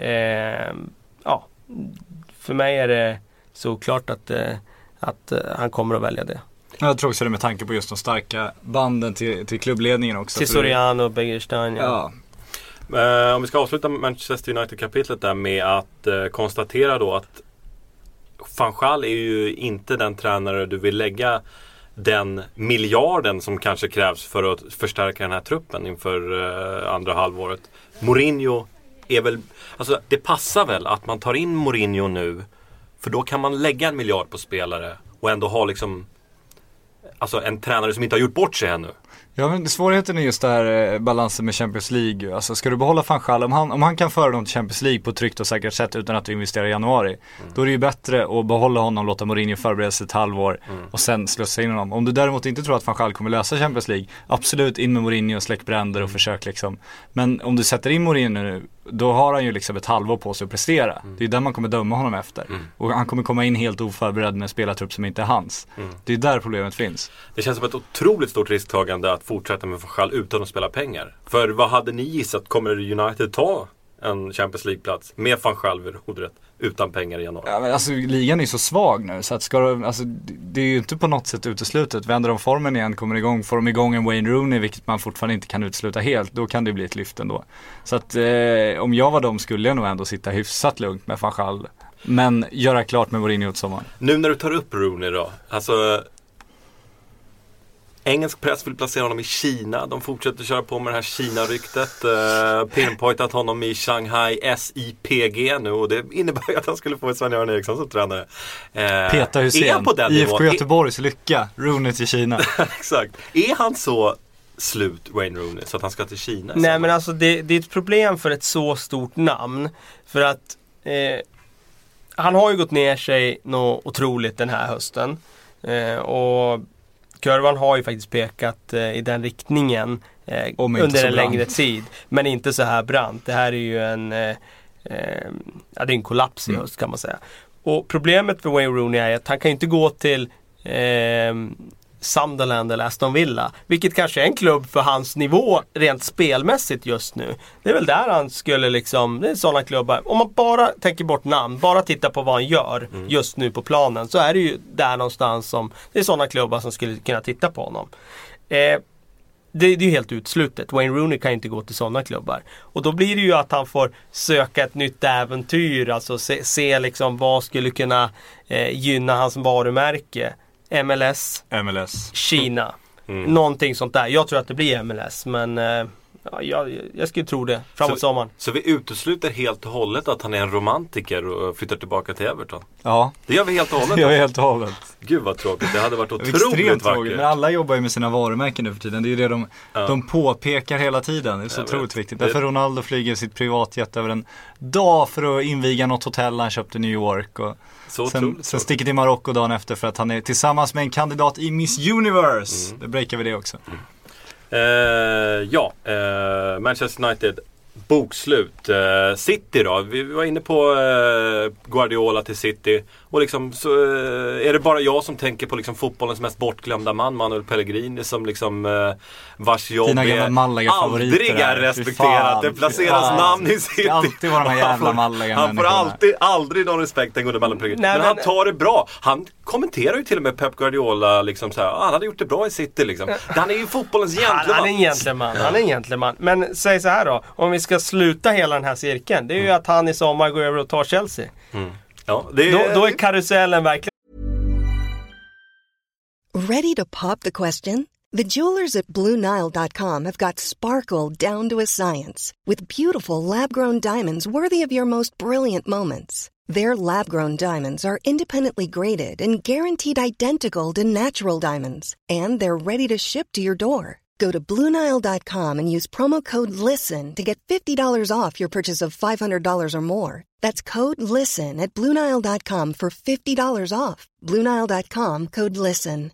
För mig är det så klart att han kommer att välja det. Jag tror också det med tanke på just de starka banden till klubbledningen också. Till Soriano och Begerstein. Om vi ska avsluta Manchester United-kapitlet där med att konstatera då att Van Gaal är ju inte den tränare du vill lägga den miljarden som kanske krävs för att förstärka den här truppen inför andra halvåret. Mourinho är väl, alltså det passar väl att man tar in Mourinho nu, för då kan man lägga 1 miljard på spelare och ändå ha liksom, alltså en tränare som inte har gjort bort sig ännu. Ja, men svårigheten är just där balansen med Champions League. Alltså ska du behålla Van Gaal, om han kan föra dem till Champions League på ett tryggt och säkert sätt utan att du investerar i januari, då är det ju bättre att behålla honom, låta Mourinho förbereda sig ett halvår och sen slussa in honom. Om du däremot inte tror att Van Gaal kommer lösa Champions League, absolut in med Mourinho och släck bränder och försök liksom. Men om du sätter in Mourinho nu, då har han ju liksom ett halvår på sig att prestera. Det är där man kommer döma honom efter. Och han kommer komma in helt oförberedd med en spelartrupp som inte är hans. Det är där problemet finns. Det känns som ett otroligt stort risktagande att fortsätta med Van Gaal utan att spela pengar. För vad hade ni gissat? Kommer United ta en Champions League-plats med Van Gaal vid rodret utan pengar i januari? Ja, men alltså ligan är så svag nu så att det är ju inte på något sätt uteslutet. Vänder de formen igen, kommer igång, får de igång en Wayne Rooney, vilket man fortfarande inte kan utesluta helt, då kan det bli ett lyft ändå. Så att om jag var dem skulle jag nog ändå sitta hyfsat lugnt med Van Gaal, men göra klart med Mourinho åt sommaren. Nu när du tar upp Rooney då, alltså engelsk press vill placera honom i Kina. De fortsätter köra på med det här Kina-ryktet. Pinpointat honom i Shanghai SIPG nu. Och det innebär ju att han skulle få ett Sven-Göran Eriksson som tränare. Peter Hussein, IFK Göteborgs lycka. Rooney till Kina. Exakt. Är han så slut, Wayne Rooney, så att han ska till Kina? Nej, men alltså det är ett problem för ett så stort namn. För att han har ju gått ner sig något otroligt den här hösten. Och kurvan har ju faktiskt pekat i den riktningen under en längre tid. Men inte så här brant. Det här är ju det är en kollaps i höst kan man säga. Och problemet för Wayne Rooney är att han kan inte gå till Sunderland eller Aston Villa. Vilket kanske är en klubb för hans nivå rent spelmässigt just nu. Det är väl där han skulle liksom, det är sådana klubbar. Om man bara tänker bort namn, bara tittar på vad han gör just nu på planen, så är det ju där någonstans som, det är sådana klubbar som skulle kunna titta på honom. Det är ju helt utslutet. Wayne Rooney kan inte gå till sådana klubbar. Och då blir det ju att han får söka ett nytt äventyr. Alltså se liksom vad skulle kunna gynna hans varumärke. MLS. Kina. Någonting sånt där. Jag tror att det blir MLS. Men jag skulle tro det framåt sommaren. Så vi utesluter helt och hållet att han är en romantiker och flyttar tillbaka till Everton? Ja. Det gör vi helt och hållet. Det gör vi helt och hållet. Gud vad tråkigt, det hade varit otroligt extremt vackert. tråkigt, men alla jobbar ju med sina varumärken nu för tiden. Det är ju det de påpekar hela tiden. Det är så otroligt viktigt. Därför Ronaldo flyger sitt privatjet över en dag för att inviga något hotell han köpte i New York. Och sen sticker till Marocko dagen efter för att han är tillsammans med en kandidat i Miss Universe. Det breakar vi det också. Manchester United bokslut. City då, vi var inne på Guardiola till City. Och liksom så är det bara jag som tänker på liksom fotbollens mest bortglömda man, Manuel Pellegrini, som liksom vars jobb aldrig är respekterat. Det placeras namn i City. Alltid var de här jävla Malaga. Han får aldrig någon respekt, den gode Manuel Pellegrini. Men han tar det bra. Han kommenterar ju till och med Pep Guardiola liksom så här, han hade gjort det bra i City liksom. Han är ju fotbollens gentleman. Han är en gentleman. Men säg så här då, om vi ska sluta hela den här cirkeln, det är ju att han i sommar går över och tar Chelsea. Ja, då är karusellen verkligen. Ready to pop the question? The jewelers at BlueNile.com have got sparkle down to a science with beautiful lab-grown diamonds worthy of your most brilliant moments. Their lab-grown diamonds are independently graded and guaranteed identical to natural diamonds, and they're ready to ship to your door. Go to BlueNile.com and use promo code LISTEN to get $50 off your purchase of $500 or more. That's code LISTEN at BlueNile.com for $50 off. BlueNile.com, code LISTEN.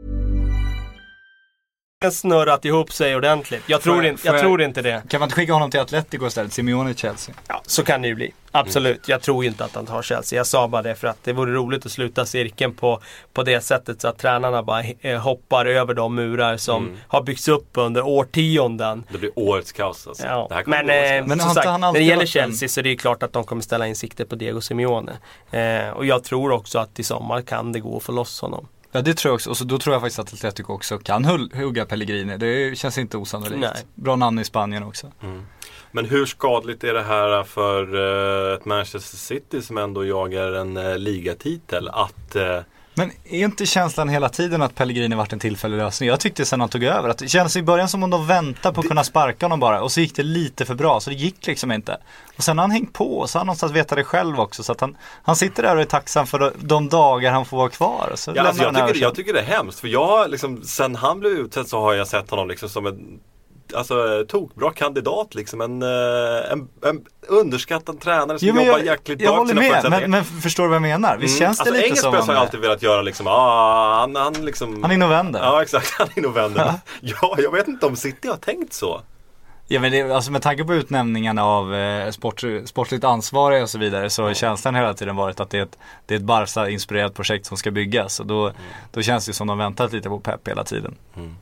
Snurrat ihop sig ordentligt. Jag tror inte det. Kan man inte skicka honom till Atletico istället? Simeone Chelsea? Ja, så kan det ju bli. Absolut. Jag tror inte att han tar Chelsea. Jag sa bara det för att det vore roligt att sluta cirkeln på det sättet så att tränarna bara hoppar över de murar som har byggts upp under årtionden. Det blir årets kaos alltså. Ja. Det här men som sagt, när det gäller Chelsea så är det ju klart att de kommer ställa in sikte på Diego Simeone. Och jag tror också att i sommar kan det gå att få loss honom. Ja, det tror jag också. Och så då tror jag faktiskt att Atletico också kan hugga Pellegrini. Det känns inte osannolikt. Nej. Bra namn i Spanien också. Men hur skadligt är det här för ett Manchester City som ändå jagar en ligatitel att... Men är inte känslan hela tiden att Pellegrini varit en tillfällig lösning? Jag tyckte sen han tog över att det kändes i början som om de väntade på att kunna sparka honom bara. Och så gick det lite för bra, så det gick liksom inte. Och sen har han hängt på, så han någonstans vetat det själv också. Så att han sitter där och är tacksam för de dagar han får vara kvar. Så ja, alltså jag tycker det är hemskt. För jag liksom, sen han blev utsedd så har jag sett honom liksom som en... Alltså tokbra kandidat liksom, en underskattad tränare som jobbar jäkligt jag håller med, men förstår du vad jag menar? Visst känns det lite som... Engelsk har alltid velat göra liksom, han liksom... Han är november. Ja, exakt, han är november. Ja, jag vet inte om City har tänkt så. Ja, men det, alltså med tanke på utnämningarna av sportligt ansvariga och så vidare, så har känslan hela tiden varit att det är ett Barca-inspirerat projekt som ska byggas. Och då känns det som de väntat lite på Pep hela tiden.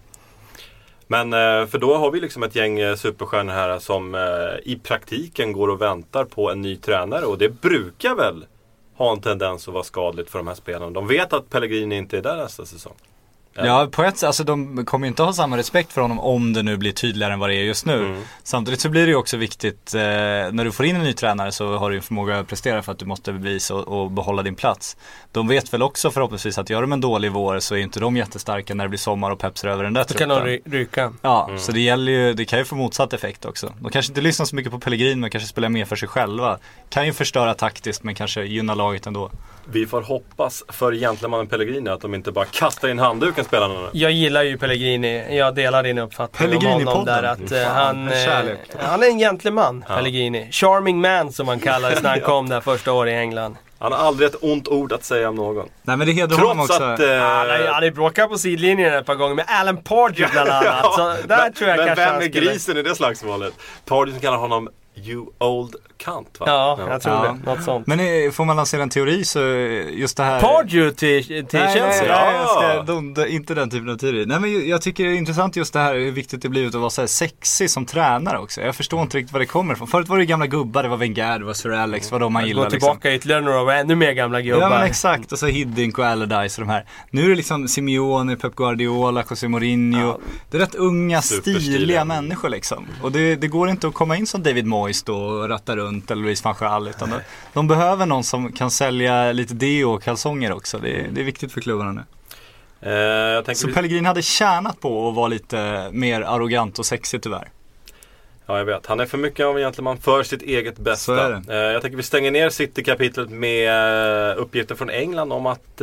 Men för då har vi liksom ett gäng superstjärnor här som i praktiken går och väntar på en ny tränare. Och det brukar väl ha en tendens att vara skadligt för de här spelarna. De vet att Pellegrini inte är där nästa säsong. Ja, på ett sätt, alltså de kommer inte ha samma respekt för honom om det nu blir tydligare än vad det är just nu. Samtidigt så blir det ju också viktigt när du får in en ny tränare, så har du en förmåga att prestera för att du måste bevisa och behålla din plats. De vet väl också förhoppningsvis att gör de en dålig vår så är inte de jättestarka när det blir sommar och Pepser över den där truppen. Då kan de ryka. Ja, så det gäller ju, det kan ju få motsatt effekt också. De kanske inte lyssnar så mycket på Pellegrini, men kanske spelar mer för sig själva. Kan ju förstöra taktiskt, men kanske gynna laget ändå. Vi får hoppas för gentlemannen Pellegrini att de inte bara kastar in handduken spelarna nu. Jag gillar ju Pellegrini. Jag delar din uppfattning om honom där, att han är en gentleman, Pellegrini. Charming man som man kallades när han kom där första året i England. Han har aldrig ett ont ord att säga om någon. Nej, men det hedrar honom också. Att, han har bråkat på sidlinjen ett par gånger med Alan Pardew bland annat. Så där tror jag men kanske vem är grisen i det slagsmålet? Pardew som kallar honom You old cunt, va? Ja, jag tror det. Något sånt. Men får man lansera en teori så just det här... Pardew till Chelsea? Nej, inte den typen av teori. Nej, men jag tycker det är intressant just det här hur viktigt det blivit att vara så här sexy som tränare också. Jag förstår inte riktigt var det kommer ifrån. Förut var det gamla gubbar, det var Wenger, det var Sir Alex, vad de man gillar. Gå tillbaka ytterligare några år, ännu mer gamla gubbar. Ja, men exakt. Och så Hiddink och Allardyce och de här. Nu är det liksom Simeone, Pep Guardiola, José Mourinho. Ja. Det är rätt unga, stiliga människor liksom. Och det går inte att komma in som David Moyes då och ratta runt eller Luis van Gaal, utan de behöver någon som kan sälja lite deo och kalsonger också. Det är viktigt för klubbarna nu. Så Pellegrini hade tjänat på att vara lite mer arrogant och sexig tyvärr. Ja, jag vet. Han är för mycket av en gentleman för sitt eget bästa. Så är det. Jag tänker vi stänger ner City-kapitlet med uppgifter från England om att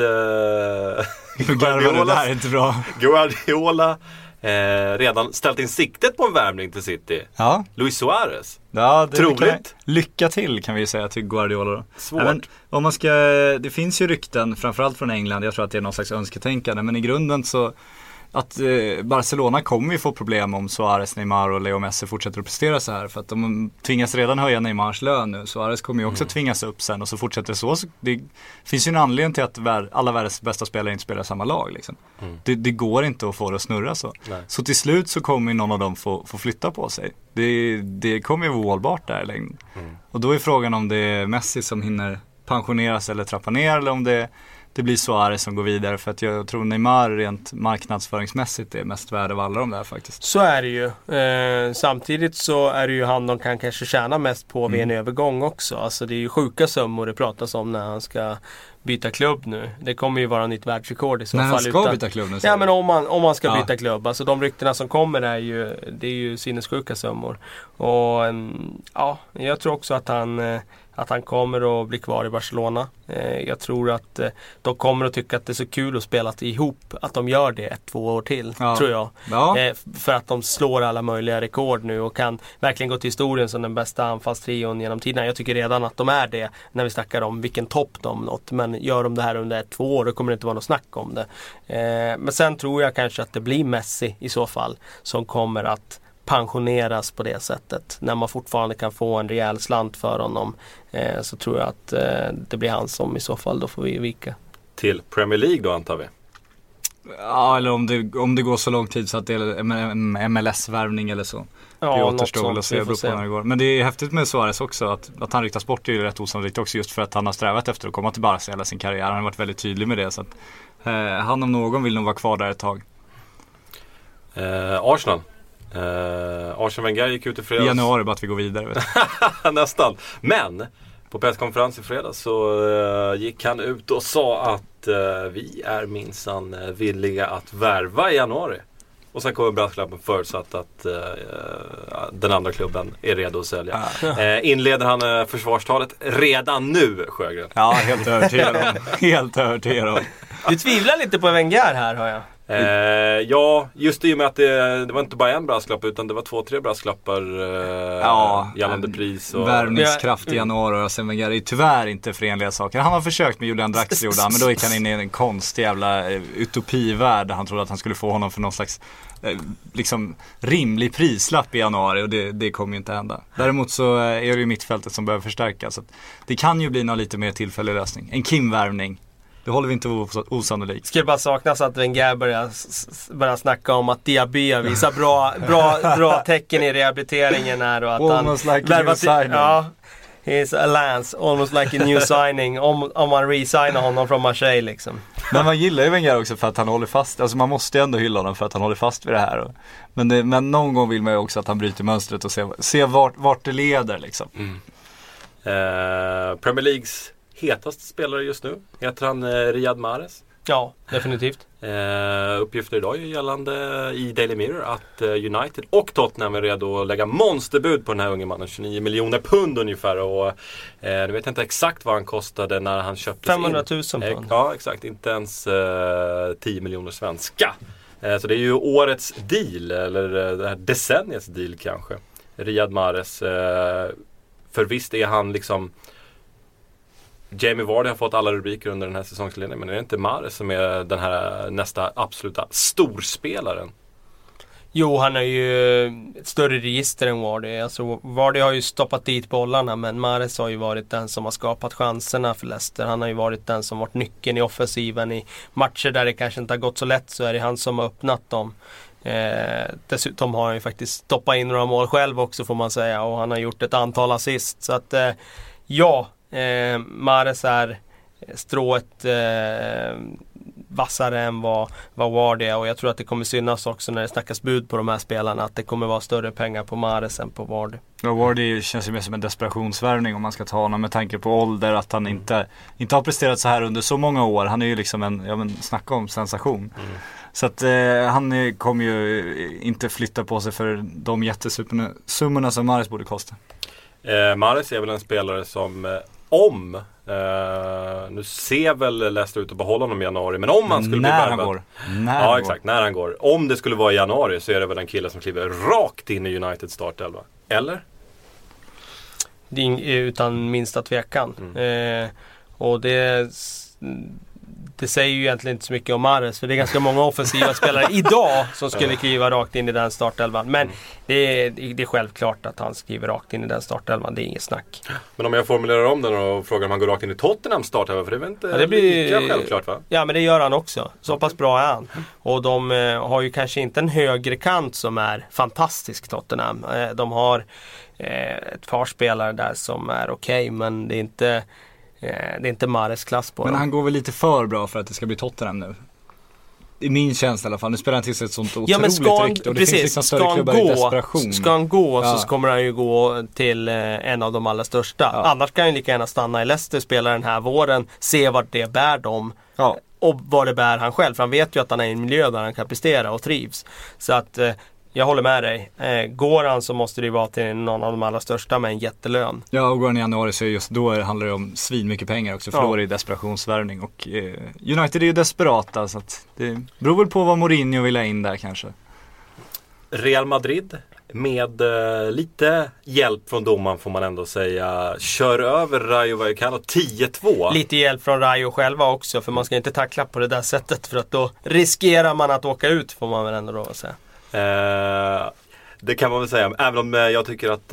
Guardiola redan ställt in siktet på en värvning till City. Ja. Luis Suarez. Ja, det troligt. Lycka till kan vi säga till Guardiola då. Svårt. Även, om man ska, det finns ju rykten framförallt från England. Jag tror att det är någon slags önsketänkande, men i grunden så att Barcelona kommer ju få problem om Suarez, Neymar och Leo Messi fortsätter att prestera så här. För att de tvingas redan höja Neymars lön nu. Suarez kommer ju också tvingas upp sen, och så fortsätter det så. Det finns ju en anledning till att alla världens bästa spelare inte spelar i samma lag liksom. Det går inte att få det att snurra så. Nej. Så till slut så kommer ju någon av dem få flytta på sig. Det kommer ju vara ohållbart där längre. Och då är frågan om det är Messi som hinner pensioneras eller trappa ner, eller om det blir Suarez som går vidare, för att jag tror Neymar rent marknadsföringsmässigt är mest värd av alla de där faktiskt. Så är det ju. Samtidigt så är det ju han de kan kanske tjäna mest på vid en övergång också. Alltså det är ju sjuka summor det pratas om när han ska byta klubb nu. Det kommer ju vara nytt världsrekord i så fall. När han ska byta klubb nu? Ja, men om man ska byta klubb. Alltså de ryktena som kommer det är ju sinnessjuka summor. Och jag tror också att han kommer att bli kvar i Barcelona. Jag tror att de kommer att tycka att det är så kul att spela ihop, att de gör det 1-2 år till, tror jag. Ja. För att de slår alla möjliga rekord nu och kan verkligen gå till historien som den bästa anfallstrion genom tiden. Jag tycker redan att de är det när vi snackar om vilken topp de nått. Men gör de det här under 1-2 år, då kommer det inte vara något snack om det. Men sen tror jag kanske att det blir Messi i så fall som kommer att pensioneras på det sättet. När man fortfarande kan få en rejäl slant för honom, så tror jag att det blir han som i så fall då får vi vika. Till Premier League då, antar vi? Ja, eller om det går så lång tid så att det är en MLS-värvning eller så. Ja, det återstår väl att se när det går. Men det är häftigt med Suarez också, att han ryktas bort är ju rätt osannolikt också, just för att han har strävat efter att komma till Barca hela sin karriär. Han har varit väldigt tydlig med det, så att han om någon vill nog vara kvar där ett tag. Arsenal. Arsene Wenger gick ut i fredags. I januari, bara att vi går vidare. Nästan. Men på presskonferens i fredags så gick han ut och sa att vi är minsann villiga att värva i januari. Och sen kommer brasklappen förutsatt att den andra klubben är redo att sälja. Inleder han försvarstalet redan nu, Sjögren? Ja, helt övertygad om. Du tvivlar lite på Wenger här, har jag. Ja, just i och med att det var inte bara en brasklapp, utan det var 2-3 brasklappar gällande pris och värvningskraft i januari. Och sen Wenger är tyvärr inte förenliga saker. Han har försökt med Julian Draxler, men då gick han in i en konstig jävla utopivärld där han trodde att han skulle få honom för någon slags liksom rimlig prislapp i januari, och det kommer ju inte hända. Däremot så är det ju mittfältet som behöver förstärkas, så det kan ju bli någon lite mer tillfällig lösning. En Kim-värvning. Det håller vi inte osannolikt. Skulle bara saknas att Wenger börjar snacka om att Diaby visar bra tecken i rehabiliteringen här, och att almost han like a new signing. Ja, he's a Lance, almost like a new signing om man resignar honom från Marseille liksom. Men man gillar ju Wenger också för att han håller fast. Alltså man måste ju ändå hylla honom för att han håller fast vid det här. Men någon gång vill man ju också att han bryter mönstret och se vart det leder liksom. Premier Leagues hetaste spelare just nu, heter han Riyad Mahrez? Ja, definitivt. Uppgifter idag är gällande i Daily Mirror att United och Tottenham är redo att lägga monsterbud på den här unge mannen, 29 miljoner pund ungefär, och nu vet jag inte exakt vad han kostade när han köptes 500 000 pund. Ja, exakt, inte ens 10 miljoner svenska. Så det är ju årets deal, eller det här decenniets deal kanske. Riyad Mahrez, för visst är han liksom, Jamie Vardy har fått alla rubriker under den här säsongsledningen, men är det inte Mahrez som är den här nästa absoluta storspelaren? Jo, han har ju ett större register än Vardy. Alltså, Vardy har ju stoppat dit bollarna, men Mahrez har ju varit den som har skapat chanserna för Leicester. Han har ju varit den som varit nyckeln i offensiven. I matcher där det kanske inte har gått så lätt så är det han som har öppnat dem. Dessutom har han ju faktiskt stoppat in några mål själv också, får man säga. Och han har gjort ett antal assist. Så att Mahrez är strået vassare än vad Vardy är, och jag tror att det kommer synas också när det snackas bud på de här spelarna, att det kommer vara större pengar på Mahrez än på Vardy. Ja, Vardy känns ju mer som en desperationsvärvning om man ska ta honom med tanke på ålder, att han inte har presterat så här under så många år. Han är ju liksom snacka om sensation. Så att han kommer ju inte flytta på sig för de jättesummorna som Mahrez borde kosta. Mahrez är väl en spelare som nu ser väl Leicester ut att behålla honom i januari, men om han skulle bli värvad, när han går, om det skulle vara i januari, så är det väl en kille som kliver rakt in i United startelva, eller? Det är utan minsta tvekan. Och det säger ju egentligen inte så mycket om Mahrez, för det är ganska många offensiva spelare idag som skulle kliva rakt in i den startelvan. Men det är självklart att han skriver rakt in i den startelvan, det är inget snack. Men om jag formulerar om den och frågar om han går rakt in i Tottenhams startelva, för det är väl inte det blir lika självklart, va? Ja, men det gör han också. Så pass bra är han. Och de har ju kanske inte en högre kant som är fantastisk, Tottenham. De har ett par spelare där som är okej, men det är inte Mahrez klass på. Men han går väl lite för bra för att det ska bli Tottenham nu. I min känsla i alla fall. Nu spelar han till sig ett sånt otroligt rykte. Och det finns liksom större klubbar i desperation. Ska han gå så kommer han ju gå till en av de allra största. Annars kan han lika gärna stanna i Leicester, spela den här våren, se vart det bär dem. Och vad det bär han själv. För han vet ju att han är i en miljö där han kan prestera och trivs. Så att jag håller med dig. Går han så måste det vara till någon av de allra största med en jättelön. Ja, och går han i januari så just då handlar det om svin mycket pengar också. För då är det desperationsvärvning. Och United är ju desperata, så att det beror väl på vad Mourinho vill ha in där kanske. Real Madrid med lite hjälp från domaren, får man ändå säga, kör över Rayo Vallecano 10-2. Lite hjälp från Rayo själva också, för man ska inte tackla på det där sättet, för att då riskerar man att åka ut, får man väl ändå då säga. Det kan man väl säga, även om jag tycker att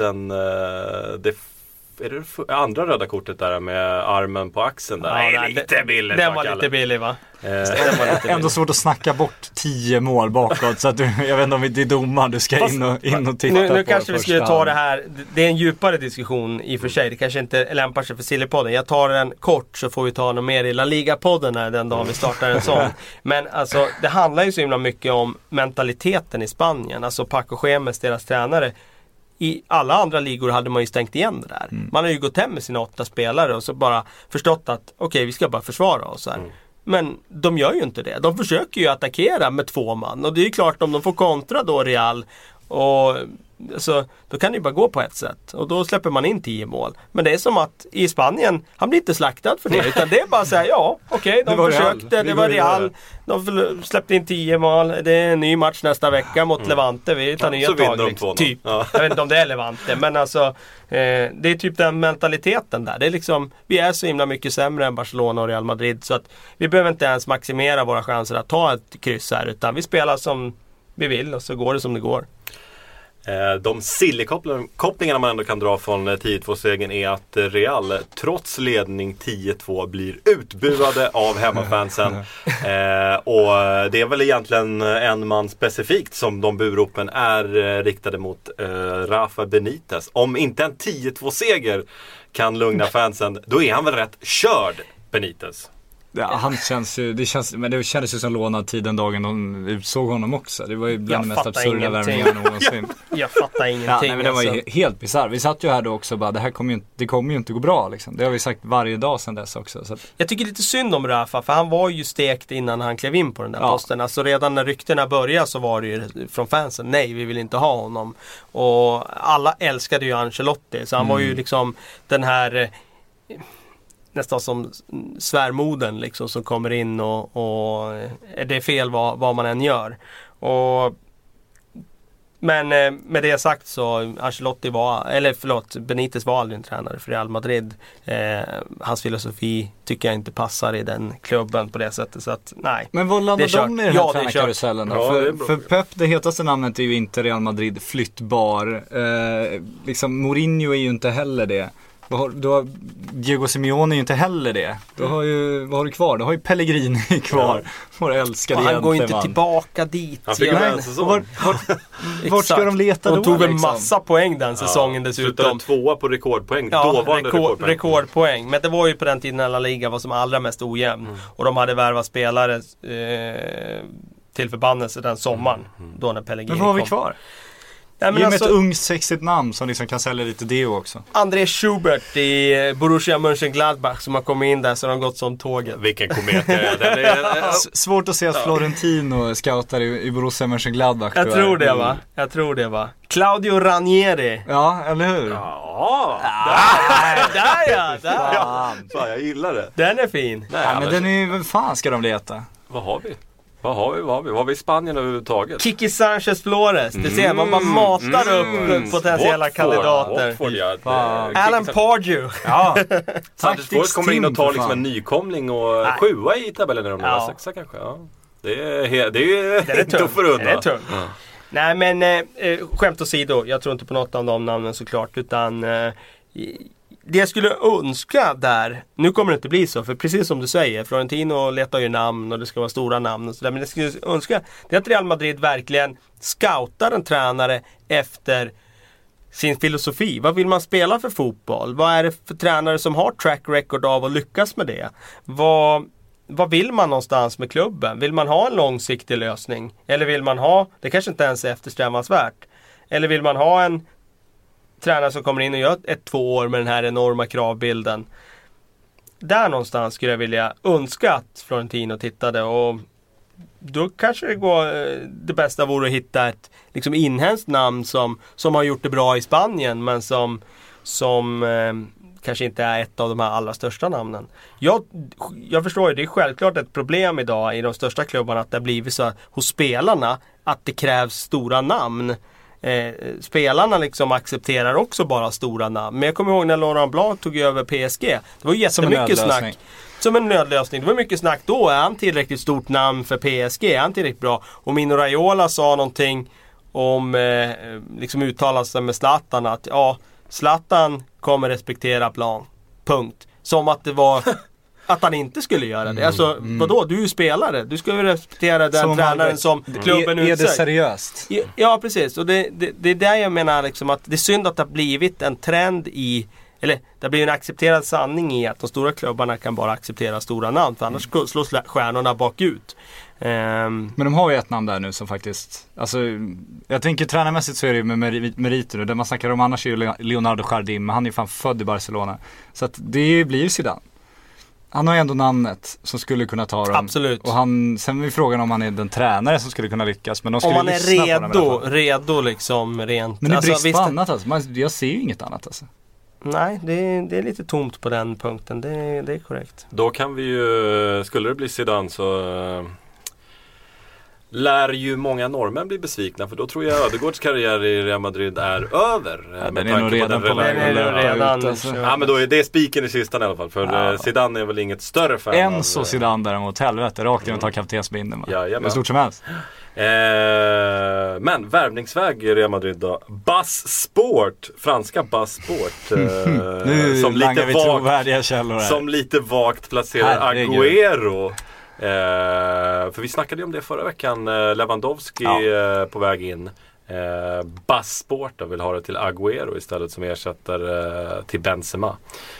är det andra röda kortet där med armen på axeln där? Ja, lite billigt. Den var lite billig, va? Ändå svårt att snacka bort 10 mål bakåt, så att jag vet inte om det är domaren du ska in och titta på. Nu kanske vi skulle ta det här, det är en djupare diskussion i och för sig, det kanske inte lämpar sig för Sillypodden. Jag tar den kort, så får vi ta något mer i La Liga-podden här den dagen vi startar en sån. Men alltså, det handlar ju så himla mycket om mentaliteten i Spanien. Alltså Paco Gémez, deras tränare. I alla andra ligor hade man ju stängt igen det där. Man har ju gått hem med sina 8 spelare och så bara förstått att okej, vi ska bara försvara oss här. Men de gör ju inte det. De försöker ju attackera med 2 man. Och det är ju klart, om de får kontra då Real, och alltså, då kan det ju bara gå på ett sätt. Och då släpper man in 10 mål. Men det är som att i Spanien, han blir inte slaktad för det. Utan det är bara att säga, de försökte, det var Real. De släppte in 10 mål. Det är en ny match nästa vecka mot Levante. Vi tar nya tag. Typ. Jag vet inte om det är Levante. Men alltså, det är typ den mentaliteten där. Det är liksom, vi är så himla mycket sämre än Barcelona och Real Madrid. Så att vi behöver inte ens maximera våra chanser att ta ett kryss här. Utan vi spelar som vi vill, och så går det som det går. De silly-kopplingarna man ändå kan dra från 10-2-segern är att Real trots ledning 10-2 blir utbuade av hemmafansen. Och det är väl egentligen en man specifikt som de buropen är riktade mot, Rafa Benitez. Om inte en 10-2-seger kan lugna fansen, då är han väl rätt körd, Benitez. Ja, han men det kändes ju som lånad tiden dagen de utsåg honom också. Det var ju bland de mest absurda värvningarna någonsin. Jag fattar ingenting. Men det var ju helt bizarr. Vi satt ju här då också och bara, det kommer ju inte gå bra liksom. Det har vi sagt varje dag sedan dess också. Så att... Jag tycker lite synd om Rafa, för han var ju stekt innan han klev in på den där posten. Alltså redan när ryktena började så var det ju från fansen, nej, vi vill inte ha honom. Och alla älskade ju Ancelotti, så han var ju liksom den här... nästan som svärmoden liksom, som kommer in och är det fel vad man än gör. Och Men med det sagt så Benitez var aldrig en tränare för Real Madrid. Hans filosofi tycker jag inte passar i den klubben på det sättet, så att nej. Men vad landar de i den här tränarkarusellen då? För Pep, det hetaste namnet är ju inte Real Madrid flyttbar. Liksom Mourinho är ju inte heller det. Diego Simeone är ju inte heller det. Vad har du kvar? Du har ju Pellegrini kvar. Vår älskade han går inte tillbaka dit. Han fick en säsong. Vart ska de leta då? De tog en massa poäng den säsongen dessutom. Slutade 2 på rekordpoäng. Rekordpoäng. Men det var ju på den tiden när La Liga var som allra mest ojämn. Och de hade värvat spelare till förbannelse den sommaren. Då när Pellegrini kom. Men vad har vi kvar? Nej, ge mig ett ungt sexigt namn som liksom kan sälja lite deo också. André Schubert i Borussia Mönchengladbach som har kommit in där, så har de gått som tåget. Vilken komet det är. Svårt att se att Florentino scoutar i Borussia Mönchengladbach. Jag tror det va. Claudio Ranieri. Ja, eller hur? Ja. Där. Fan, jag gillar det. Den är fin. Nej, men den är ju, fan ska de leta? Vad har vi? Vad har vi i Spanien överhuvudtaget? Kiki Sanchez Flores. Det ser man bara matar upp potentiella kandidater. Alan Pardew. Ja. Sanchez Flores kommer in och tar liksom en nykomling och 7 i tabellen, när de är 6 kanske. Ja. Det är tufft för undan. Det är tungt. Nej, men skämt åsido, jag tror inte på något av de namnen såklart, utan det jag skulle önska där, nu kommer det inte bli så, för precis som du säger, Florentino letar ju namn och det ska vara stora namn och sådär, men det jag skulle önska, det är att Real Madrid verkligen scoutar en tränare efter sin filosofi. Vad vill man spela för fotboll? Vad är det för tränare som har track record av att lyckas med det? Vad vill man någonstans med klubben? Vill man ha en långsiktig lösning? Eller vill man ha, det kanske inte ens är eftersträvansvärt, eller vill man ha en tränare som kommer in och gör 1-2 år med den här enorma kravbilden? Där någonstans skulle jag vilja önska att Florentino tittade, och då kanske det bästa vore att hitta ett liksom inhemskt namn som har gjort det bra i Spanien, men som kanske inte är ett av de här allra största namnen. Jag förstår ju, det är självklart ett problem idag i de största klubbarna att det har blivit så hos spelarna att det krävs stora namn. Spelarna liksom accepterar också bara stora namn. Men jag kommer ihåg när Laurent Blanc tog över PSG. Det var jättemycket snack. Som en nödlösning. Det var mycket snack då. Är han tillräckligt stort namn för PSG? Är han tillräckligt bra? Och Mino Raiola sa någonting om liksom uttalade sig med Zlatan att Zlatan kommer respektera Blanc. Punkt. Som att det var att han inte skulle göra det. Alltså, vadå? Du är ju spelare. Du ska ju respektera den som tränaren som klubben utser. Är det seriöst? Ja, precis. Och det är där jag menar liksom att det är synd att det har blivit en trend i, eller det har blivit en accepterad sanning i att de stora klubbarna kan bara acceptera stora namn, för annars slås stjärnorna bakut. Men de har ju ett namn där nu som faktiskt, alltså jag tänker tränarmässigt så är det ju med meriter, och det man snackar om annars är ju Leonardo Jardim, men han är ju fan född i Barcelona. Så att det blir ju Zidane. Han har ju ändå namnet som skulle kunna ta dem. Absolut. Och sen är frågan om han är den tränare som skulle kunna lyckas. Men de skulle om man är redo liksom rent. Men det är brist på annat alltså. Jag ser ju inget annat alltså. Nej, det är lite tomt på den punkten. Det är korrekt. Då kan vi ju, skulle det bli Zidane så lär ju många norrmän bli besvikna, för då tror jag Ödegårds karriär i Real Madrid är över. Ja, den är nog redan på väg. Ja, men då är det spiken i kistan i alla fall, för Zidane är väl inget större fan. En så Zidane däremot, helvete, rakt in och tar kaptensbinden. Ja, stort som helst. Men värvningsväg i Real Madrid då. Buzz Sport, franska Buzz Sport, nu som lite vi trovärdiga källor här. Som lite vagt placerar Agüero. För vi snackade ju om det förra veckan. Lewandowski på väg in. Buzz Sport vill ha det till Agüero istället, som ersätter till Benzema.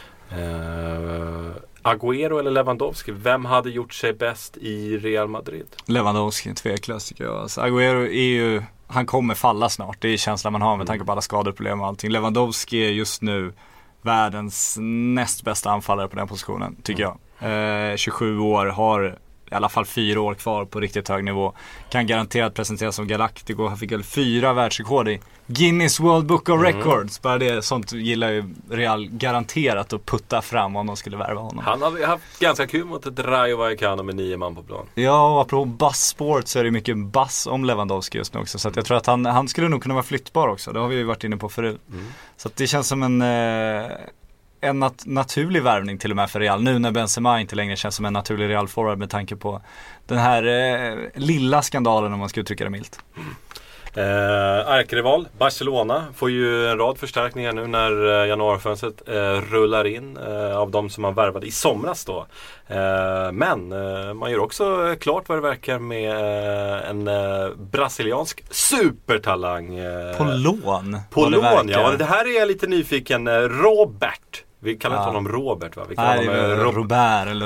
Agüero eller Lewandowski, vem hade gjort sig bäst i Real Madrid? Lewandowski, tveklöst tycker jag. Alltså, Agüero är ju, han kommer falla snart. Det är känslan man har med tanke på alla skadeproblem och allting. Lewandowski är just nu världens näst bästa anfallare på den positionen, tycker jag. 27 år, har i alla fall 4 år kvar på riktigt hög nivå. Kan garanterat presenteras som Galactico. Han fick väl 4 världsrekord i Guinness World Book of Records. Bara det, sånt gillar ju Real garanterat att putta fram om de skulle värva honom. Han har haft ganska kul mot ett Rayo Vallecano med 9 man på plan. Ja, och apropå Buzz-sport så är det mycket buzz om Lewandowski just nu också. Så att jag tror att han skulle nog kunna vara flyttbar också. Det har vi ju varit inne på förut. Så att det känns som en naturlig värvning till och med för Real. Nu när Benzema inte längre känns som en naturlig Real-forward med tanke på den här lilla skandalen, om man ska uttrycka det milt. Ärkerival Barcelona får ju en rad förstärkningar nu när januarifönstret rullar in av de som man värvade i somras då. Men man gör också klart vad det verkar med en brasiliansk supertalang. På lån? På lån, ja. Det här är jag lite nyfiken. Robert. Vi kallar inte honom Robert, va? Vi kallar honom Robert eller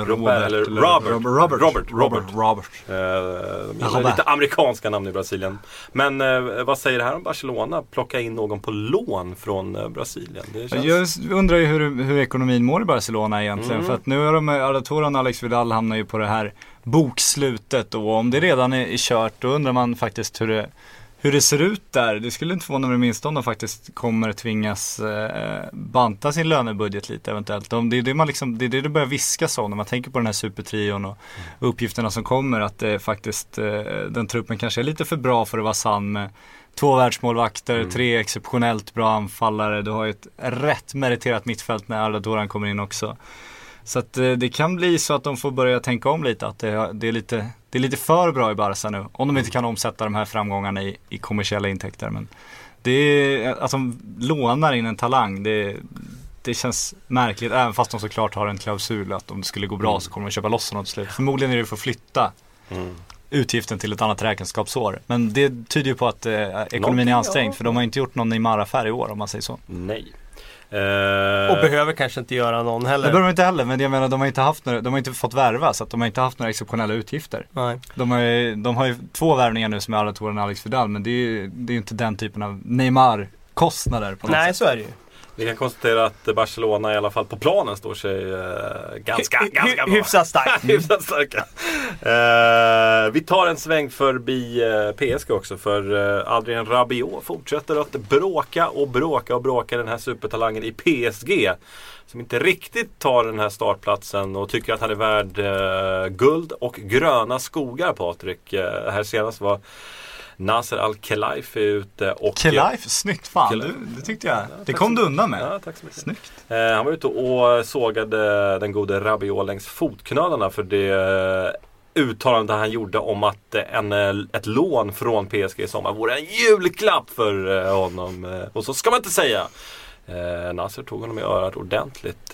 Robert. Lite amerikanska namn i Brasilien. Men vad säger det här om Barcelona? Plocka in någon på lån från Brasilien. Det känns... Jag undrar ju hur ekonomin mår i Barcelona egentligen. För att nu är de Arda Turan och Alex Vidal hamnar ju på det här bokslutet. Och om det redan är kört, då undrar man faktiskt hur det ser ut där. Det skulle inte förvåna mig det minsta om de faktiskt kommer tvingas banta sin lönebudget lite eventuellt. Det är det börjar viskas om när man tänker på den här supertrion och uppgifterna som kommer, att faktiskt den truppen kanske är lite för bra för att vara sann med 2 världsmålvakter, 3 exceptionellt bra anfallare. Du har ju ett rätt meriterat mittfält när Arda Turan kommer in också. Så att det kan bli så att de får börja tänka om lite, att det är lite för bra i Barca nu. Om de inte kan omsätta de här framgångarna i kommersiella intäkter. Men det är att de lånar in en talang, det känns märkligt. Även fast de såklart har en klausul att om det skulle gå bra så kommer de köpa loss något slut. Förmodligen är det för att flytta utgiften till ett annat räkenskapsår. Men det tyder ju på att ekonomin är ansträngd. För de har inte gjort någon Neymar-affär i år, om man säger så. Nej. Och behöver kanske inte göra någon heller. Det behöver de inte heller, men jag menar de har inte fått värva, så att de har inte haft några exceptionella utgifter. Nej. De har ju 2 värvningar nu som är Arda Turan och Alex Vidal, men det är ju inte den typen av Neymar-kostnader på något sätt. Nej, så är det ju. Vi kan konstatera att Barcelona i alla fall på planen står sig ganska bra. Hyfsat starkt. Hyfsat starka. Vi tar en sväng förbi PSG också, för Adrien Rabiot fortsätter att bråka den här supertalangen i PSG, som inte riktigt tar den här startplatsen och tycker att han är värd guld och gröna skogar, Patrik. Här senast var Nasser Al-Khelaifi ute och... Khelaifi, snyggt fan, det tyckte jag. Det kom du undan med. Ja, tack så mycket. Snyggt. Han var ute och sågade den gode Rabiot längs fotknölarna för det uttalande han gjorde om att ett lån från PSG i sommar vore en julklapp för honom. Och så ska man inte säga. Nasser tog honom i örat ordentligt.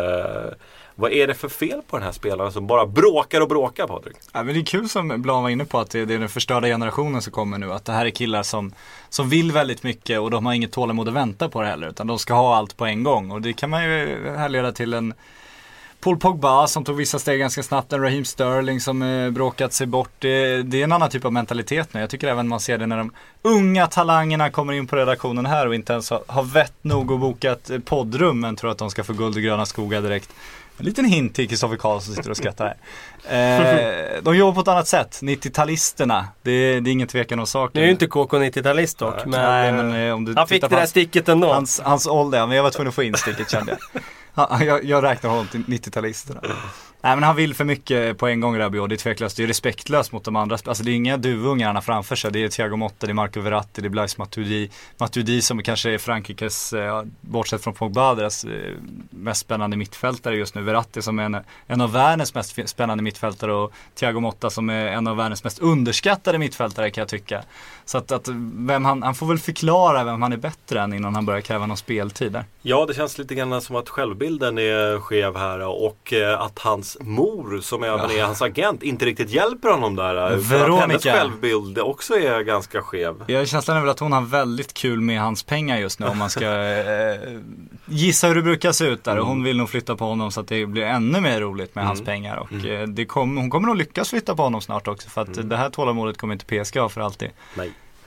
Vad är det för fel på den här spelaren som bara bråkar, Patrik? Ja, men det är kul som Blan var inne på, att det är den förstörda generationen som kommer nu. Att det här är killar som vill väldigt mycket och de har inget tålamod att vänta på det heller. Utan de ska ha allt på en gång. Och det kan man ju härleda till en Paul Pogba som tog vissa steg ganska snabbt. En Raheem Sterling som bråkat sig bort. Det är en annan typ av mentalitet nu. Jag tycker även man ser det när de unga talangerna kommer in på redaktionen här och inte ens har vett nog att boka ett poddrum, men tror att de ska få guld och gröna skogar direkt. En liten hint till Kristoffer Karlsson som sitter och skrattar här. De jobbar på ett annat sätt. 90-talisterna. Det är ingen tvekan om saken. Det är ju inte KK 90-talist dock. Men om du han fick det där sticket ändå. Hans ålder, men jag var tvungen att få in sticket, kände jag. Jag räknar honom till 90-talisterna. Nej, men han vill för mycket på en gång, Rabiot. Det är tveklöst, det är respektlöst mot de andra. Alltså det är inga duvungar han har framför sig. Det är Thiago Motta, det är Marco Verratti, det är Blaise Matuidi som kanske är Frankrikes, bortsett från Pogba, deras mest spännande mittfältare just nu. Verratti som är en av världens mest spännande mittfältare, och Thiago Motta som är en av världens mest underskattade mittfältare, kan jag tycka. Så att han får väl förklara vem han är bättre än innan han börjar kräva någon speltid där. Ja, det känns lite grann som att självbilden är skev här, och att hans mor, som även är hans agent, inte riktigt hjälper honom där. Veronica. Hennes självbild också är ganska skev. Jag känslan är väl att hon har väldigt kul med hans pengar just nu, om man ska gissa hur det brukar se ut där. Och hon vill nog flytta på honom så att det blir ännu mer roligt med hans pengar. Och hon kommer nog lyckas flytta på honom snart också, för att det här tålamodet kommer inte PSG ha för alltid. Nej.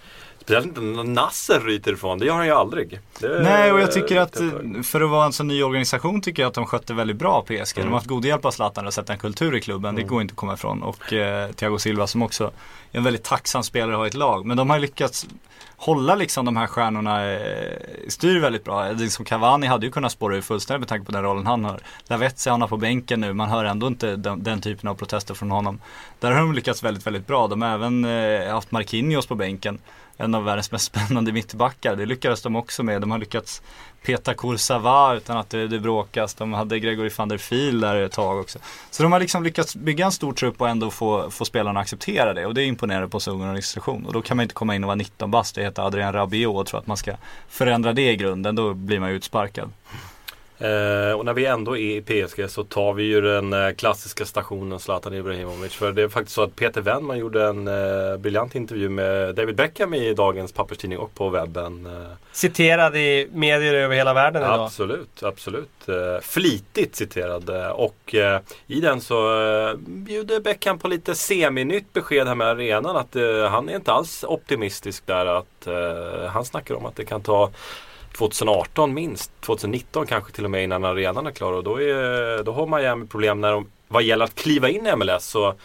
Speciellt inte när Nasser ryter ifrån, det gör han ju aldrig. Nej, och jag tycker att för att vara en så ny organisation tycker jag att de skötte väldigt bra PSG. De har haft god hjälp av Zlatan att sätta en kultur i klubben, det går inte att komma ifrån. Och Thiago Silva som också är en väldigt tacksam spelare har ett lag. Men de har lyckats hålla liksom de här stjärnorna styr väldigt bra. Som Cavani hade ju kunnat spåra ur fullständigt med tanke på den rollen han har. Lavezzi han har på bänken nu, man hör ändå inte den typen av protester från honom. Där har de lyckats väldigt, väldigt bra. De har även haft Marquinhos på bänken. En av världens mest spännande mittbackar. Det lyckades de också med. De har lyckats peta Kurzawa utan att det bråkas. De hade Gregory van der Fiel där ett tag också. Så de har liksom lyckats bygga en stor trupp och ändå få spelarna att acceptera det. Och det imponerar på så ung organisation. Och då kan man inte komma in och vara 19 bast. Det heter Adrien Rabiot och tror att man ska förändra det i grunden. Då blir man utsparkad. Och när vi ändå är i PSG så tar vi ju den klassiska stationen Zlatan Ibrahimovic. För det är faktiskt så att Peter Wennman gjorde en briljant intervju med David Beckham i dagens papperstidning och på webben. Citerad i medier över hela världen idag. Absolut. Flitigt citerad. Och i den så bjuder Beckham på lite semi-nytt besked här med arenan. Att han är inte alls optimistisk där. Att han snackar om att det kan ta 2018 minst, 2019 kanske till och med innan arenan är klar. Och då har Miami problem vad gäller att kliva in i MLS. Så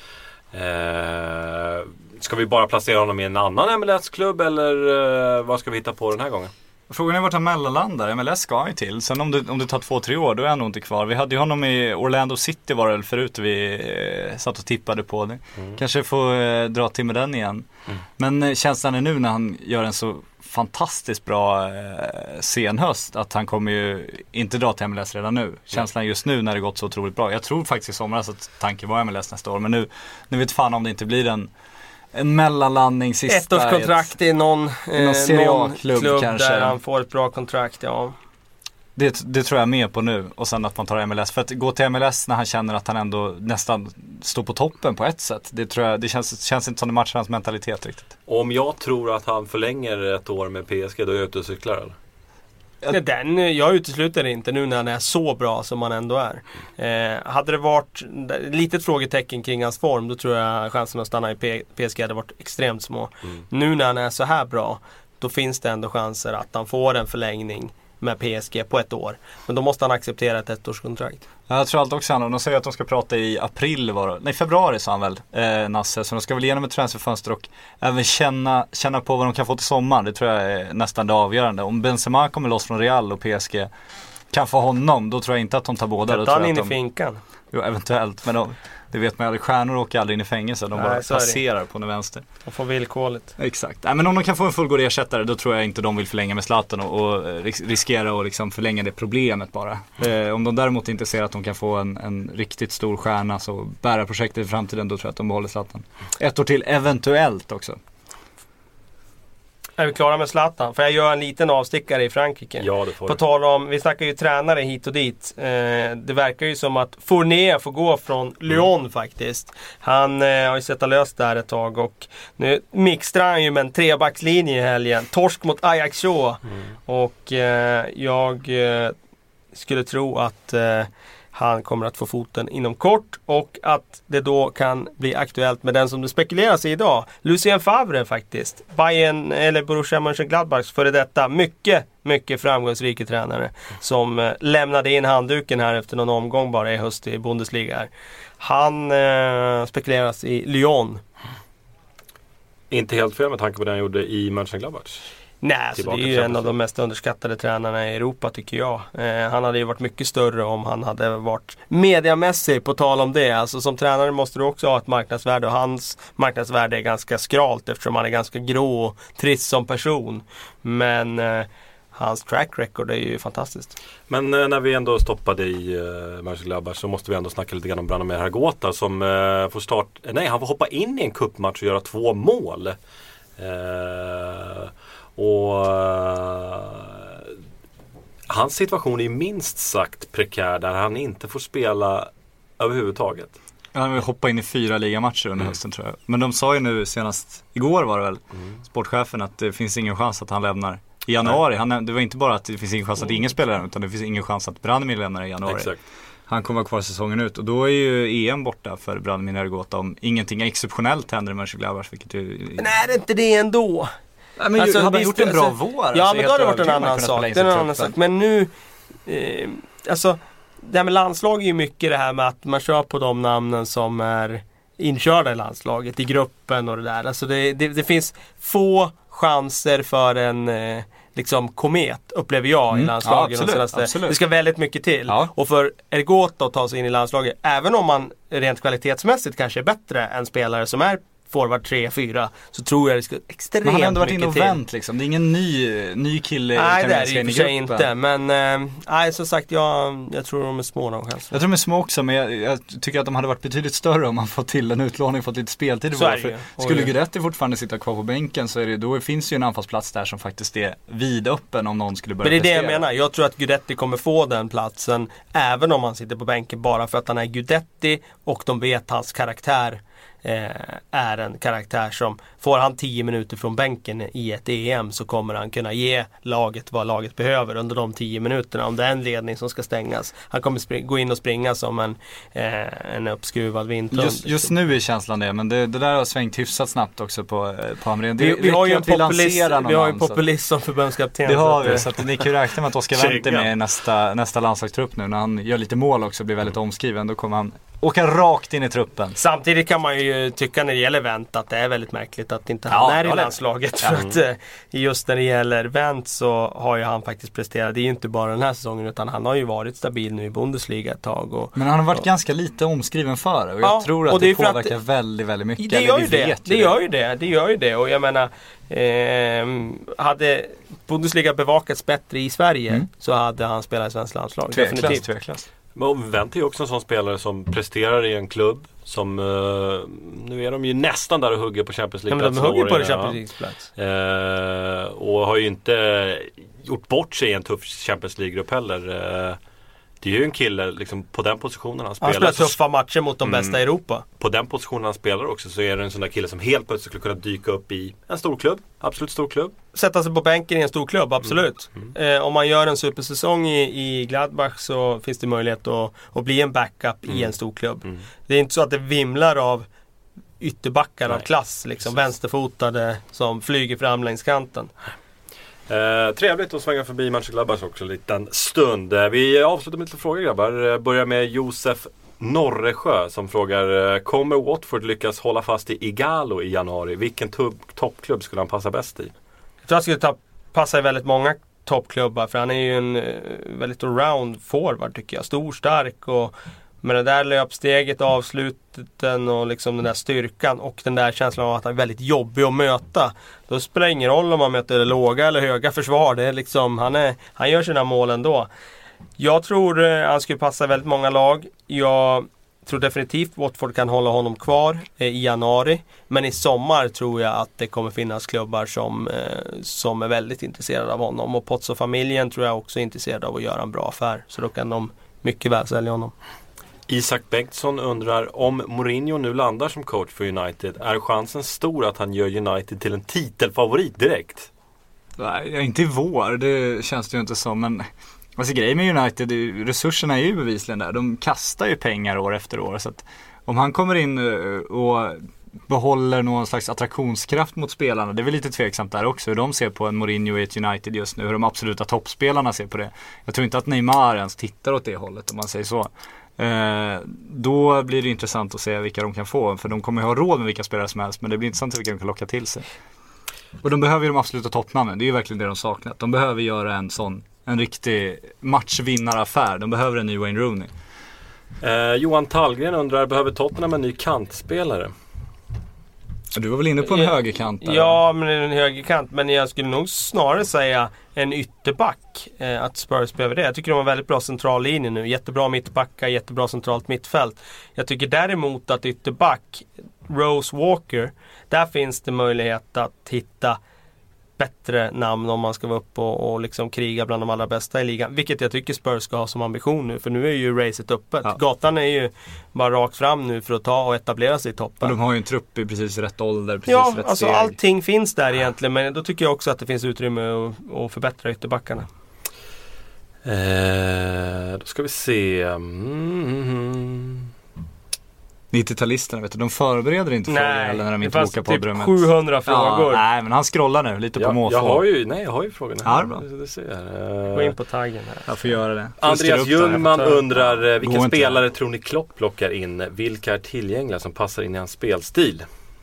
ska vi bara placera honom i en annan MLS-klubb eller vad ska vi hitta på den här gången? Frågan är vart han mellanlandar. MLS ska ju till. Sen om det tar 2-3 år då är han nog inte kvar. Vi hade ju honom i Orlando City var det väl förut vi satt och tippade på det. Kanske får dra till med den igen. Men känslan är nu när han gör en så fantastiskt bra senhöst att han kommer ju inte dra till MLS redan nu. Känslan just nu när det gått så otroligt bra. Jag tror faktiskt i somras att tanken var MLS nästa år. Men nu vet fan om det inte blir en mellanlandning sista. Ettårskontrakt i någon klubb kanske. Där han får ett bra kontrakt, ja. Det tror jag med på nu. Och sen att man tar MLS. För att gå till MLS när han känner att han ändå nästan står på toppen på ett sätt. Det tror jag, det känns inte som det matchar hans mentalitet riktigt. Och om jag tror att han förlänger ett år med PSG, då är jag ute och cyklar eller? Jag utesluter det inte nu när han är så bra som han ändå är. Hade det varit ett litet frågetecken kring hans form, då tror jag chansen att stanna i PSG hade varit extremt små. Nu när han är så här bra, då finns det ändå chanser att han får en förlängning med PSG på ett år. Men då måste han acceptera ett ettårskontrakt. Jag tror allt också. De säger att de ska prata i februari sa han väl, Nasse. Så de ska väl igenom ett transferfönster och även känna på vad de kan få till sommar. Det tror jag är nästan det avgörande. Om Benzema kommer loss från Real och PSG kan få honom, då tror jag inte att de tar båda. Då tar han in i finkan. Jo, eventuellt. Men det vet man aldrig. Stjärnor åker aldrig in i fängelse. De bara passerar på den vänster. De får villkorligt. Exakt. Men om de kan få en fullgod ersättare, då tror jag inte de vill förlänga med Zlatan och riskera att liksom förlänga det problemet bara. Om de däremot inte ser att de kan få en riktigt stor stjärna så bära projektet i framtiden, då tror jag att de behåller Zlatan. Ett år till eventuellt också. Är vi klara med Zlatan? För jag gör en liten avstickare i Frankrike. Ja, det får på tal om, vi snackar ju tränare hit och dit. Det verkar ju som att Fournier får gå från Lyon faktiskt. Han har ju sett löst där ett tag och nu mixtrar han ju med en trebackslinje i helgen. Torsk mot Ajaccio. Och jag skulle tro att han kommer att få foten inom kort och att det då kan bli aktuellt med den som det spekuleras i idag. Lucien Favre faktiskt. Bayern eller Borussia Mönchengladbachs före detta mycket framgångsrika tränare som lämnade in handduken här efter någon omgång bara i höst i Bundesliga. Han spekuleras i Lyon. Inte helt fel med tanke på det han gjorde i Mönchengladbach. Nej, så det är ju en av de mest underskattade tränarna i Europa tycker jag. Han hade ju varit mycket större om han hade varit mediamässig på tal om det. Alltså som tränare måste du också ha ett marknadsvärde och hans marknadsvärde är ganska skralt eftersom han är ganska grå och trist som person. Men hans track record är ju fantastiskt. Men när vi ändå stoppade i Mönchengladbach så måste vi ändå snacka lite grann om Branimir Hrgota som han får hoppa in i en cupmatch och göra 2 mål. Hans situation är minst sagt prekär där han inte får spela överhuvudtaget. Han vill hoppa in i 4 ligamatcher under hösten tror jag. Men de sa ju nu senast, igår var det väl, sportchefen att det finns ingen chans att han lämnar i januari. Det var inte bara att det finns ingen chans att ingen spelar utan det finns ingen chans att Branimir lämnar i januari. Exakt. Han kommer vara kvar säsongen ut och då är ju EM borta för Branimir Hrgota om ingenting exceptionellt händer i Mönchengladbach. Men är det inte det ändå? Nej, men Alltså, hade han visst, gjort en bra alltså, vår? Ja, alltså, men då hade det helt varit en övertygad annan kunnat sak. spela in Det är sig i en annan truppen. sak. Men nu, alltså, det här med landslag är ju mycket det här med att man kör på de namnen som är inkörda i landslaget, i gruppen och det där. Alltså det finns få chanser för en liksom komet, upplever jag, i landslaget. Ja, absolut. Det ska väldigt mycket till. Ja. Och för Ergota att ta sig in i landslaget, även om man rent kvalitetsmässigt kanske är bättre än spelare som är forward 3-4, så tror jag det ska extremt Men han har ändå mycket varit inne och till. vänt liksom. Det är ingen ny kille Nej, det är det i i och för sig inte. Men nej, som sagt, jag tror de är små någon chans. Jag tror de är små också, men jag tycker att de hade varit betydligt större om man fått till en utlåning, fått lite speltid. Så är det ju. Skulle Guidetti fortfarande sitta kvar på bänken, så är det, då finns ju en anfallsplats där som faktiskt är vidöppen om någon skulle börja Men det är det prestera. jag menar. Jag tror att Guidetti kommer få den platsen även om han sitter på bänken, bara för att han är Guidetti och de vet hans karaktär är en karaktär som, får han 10 minuter från bänken i ett EM, så kommer han kunna ge laget vad laget behöver under de 10 minuterna. Om det är en ledning som ska stängas, han kommer gå in och springa som en uppskruvad vindhund. Just nu är känslan det, men det där har svängt hyfsat snabbt också på Hamrén. Vi har ju en populist som förbundskapten. Det har vi, så att ni kan ju räkna med att Oskar Wendt är med i nästa landslagstrupp nu. När han gör lite mål också, blir väldigt omskriven, då kommer han åka rakt in i truppen. Samtidigt kan man ju tycka när det gäller Wendt att det är väldigt märkligt att inte han är i landslaget. För att just när det gäller Wendt så har ju han faktiskt presterat. Det är ju inte bara den här säsongen, utan han har ju varit stabil nu i Bundesliga ett tag. Men han har varit ganska lite omskriven för det. Och jag tror att det påverkar väldigt, väldigt mycket. Det gör ju det. Och jag menar, hade Bundesliga bevakats bättre i Sverige så hade han spelat i svensk landslag. Tveklöst. Men Wendt är ju också en sån spelare som presterar i en klubb som, nu är de ju nästan där och hugger på Champions League-plats. Men de hugger på en Champions League-plats. Och har ju inte gjort bort sig i en tuff Champions League-grupp heller. Det är ju en kille liksom, på den positionen han spelar. Han spelar tuffa matcher mot de bästa i Europa. På den positionen han spelar också, så är det en sån där kille som helt plötsligt skulle kunna dyka upp i en stor klubb. Absolut stor klubb. Sätta sig på bänken i en stor klubb, absolut. Om man gör en supersäsong i Gladbach, så finns det möjlighet att bli en backup i en stor klubb. Det är inte så att det vimlar av ytterbackar av klass, liksom, vänsterfotade som flyger fram längs kanten. Trevligt att svänga förbi Mönchengladbach också en liten stund. Vi avslutar med lite frågor, grabbar. Börjar med Josef Norresjö som frågar: kommer Watford lyckas hålla fast i Igalo i januari? Vilken toppklubb skulle han passa bäst i? Jag tror han skulle passa i väldigt många toppklubbar, för han är ju en väldigt allround forward, tycker jag. Stor, stark, och med det där löpsteget, avsluten och liksom den där styrkan och den där känslan av att han är väldigt jobbig att möta. Då spelar det ingen roll om man möter låga eller höga försvar. Det är liksom, han gör sina mål ändå. Jag tror han skulle passa väldigt många lag. Jag tror definitivt Watford kan hålla honom kvar i januari. Men i sommar tror jag att det kommer finnas klubbar som är väldigt intresserade av honom. Och Pozzo-familjen tror jag också är intresserade av att göra en bra affär. Så då kan de mycket väl sälja honom. Isak Bengtsson undrar: om Mourinho nu landar som coach för United, är chansen stor att han gör United till en titelfavorit direkt? Nej, inte i vår, det känns det ju inte som. Men alltså, grejen med United, resurserna är ju bevisligen där. De kastar ju pengar år efter år. Så att om han kommer in och behåller någon slags attraktionskraft mot spelarna, det är väl lite tveksamt där också hur de ser på en Mourinho i ett United just nu, hur de absoluta toppspelarna ser på det. Jag tror inte att Neymar ens tittar åt det hållet, om man säger så. Då blir det intressant att se vilka de kan få, för de kommer ju ha råd med vilka spelare som helst, men det blir intressant vilka de kan locka till sig. Och de behöver ju de absoluta toppnamnen, det är ju verkligen det de saknat. De behöver göra en riktig matchvinnaraffär, de behöver en ny Wayne Rooney. Johan Tallgren undrar: behöver Tottenham en ny kantspelare? Du var väl inne på en högerkant där? Ja, men en högerkant. Men jag skulle nog snarare säga en ytterback. Att Spurs behöver det. Jag tycker de har väldigt bra central linje nu. Jättebra mittbackar, jättebra centralt mittfält. Jag tycker däremot att ytterback, Rose Walker, där finns det möjlighet att hitta bättre namn om man ska vara upp och liksom kriga bland de allra bästa i ligan. Vilket jag tycker Spurs ska ha som ambition nu. För nu är ju racet öppet. Ja. Gatan är ju bara rakt fram nu för att ta och etablera sig i toppen. Och de har ju en trupp i precis rätt ålder, precis rätt alltså steg. Allting finns där egentligen. Men då tycker jag också att det finns utrymme att förbättra ytterbackarna. Då ska vi se. 90-talisterna, vet du, de förbereder inte frågor eller när de inte bokar på typ drömmet. 700 frågor. Nej, men han scrollar nu lite på måfå. Jag har ju frågorna. Ja, bra. Det ser. Gå in på taggen här. Jag får göra det. Andreas Ljungman undrar vilka Går inte. spelare tror ni Klopp plockar in? Vilka är tillgängliga som passar in i hans spelstil?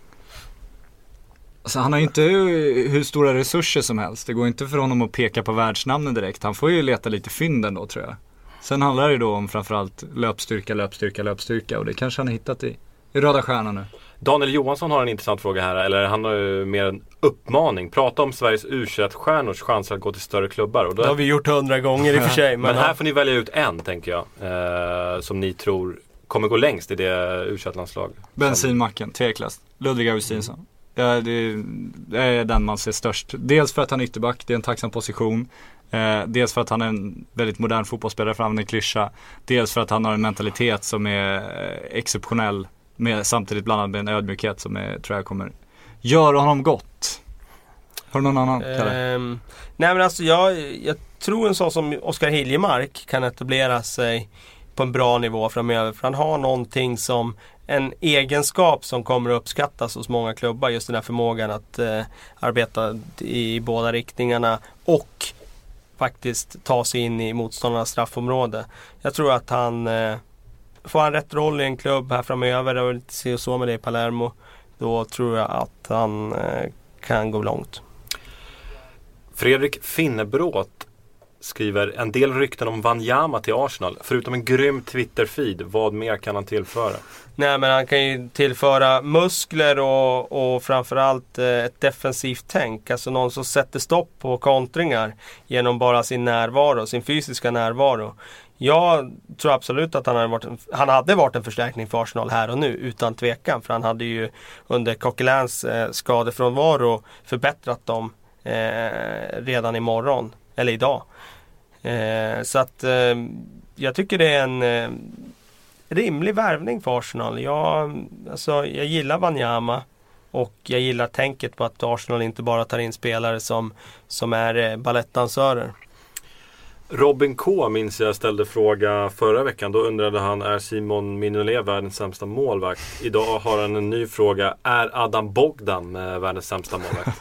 Alltså, han har ju inte hur stora resurser som helst. Det går inte för honom att peka på världsnamnen direkt. Han får ju leta lite fynden då, tror jag. Sen handlar det då om framförallt löpstyrka och det kanske han har hittat i Röda Stjärnan nu. Daniel Johansson har en intressant fråga här, eller han har ju mer en uppmaning. Prata om Sveriges U21-stjärnors chanser att gå till större klubbar. Och Det har vi gjort 100 gånger i och för sig. Men här får ni välja ut en, tänker jag, som ni tror kommer gå längst i det U21-landslag. Bensinmacken, tveklöst. Ludvig Augustinsson. Ja, det är den man ser störst. Dels för att han är ytterback, det är en tacksam position. Dels för att han är en väldigt modern fotbollsspelare, för att använda en klyscha. Dels för att han har en mentalitet som är exceptionell, samtidigt blandad med en ödmjukhet som tror jag kommer göra honom gott. Har du någon annan? Nej, men alltså jag tror en sån som Oskar Hiljemark kan etablera sig på en bra nivå framöver. För han har någonting som en egenskap som kommer att uppskattas hos många klubbar. Just den här förmågan att arbeta i båda riktningarna och faktiskt ta sig in i motståndarnas straffområde. Jag tror att han får han rätt roll i en klubb här framöver. Det var lite se och så med det i Palermo. Då tror jag att han kan gå långt. Fredrik Finnebråt skriver en del rykten om Wanyama till Arsenal. Förutom en grym Twitter-feed, vad mer kan han tillföra? Nej, men han kan ju tillföra muskler och framförallt ett defensivt tänk. Alltså någon som sätter stopp på kontringar genom bara sin närvaro, sin fysiska närvaro. Jag tror absolut att han hade varit en förstärkning för Arsenal här och nu, utan tvekan. För han hade ju under Coquelins skadefrånvaro förbättrat dem redan imorgon, eller idag. Så att jag tycker det är en rimlig värvning för Arsenal. Jag gillar Wanyama och jag gillar tänket på att Arsenal inte bara tar in spelare som är balettdansörer. Robin K minns jag ställde fråga förra veckan. Då undrade han, är Simon Mignolet världens sämsta målvakt? Idag har han en ny fråga. Är Adam Bogdan världens sämsta målvakt?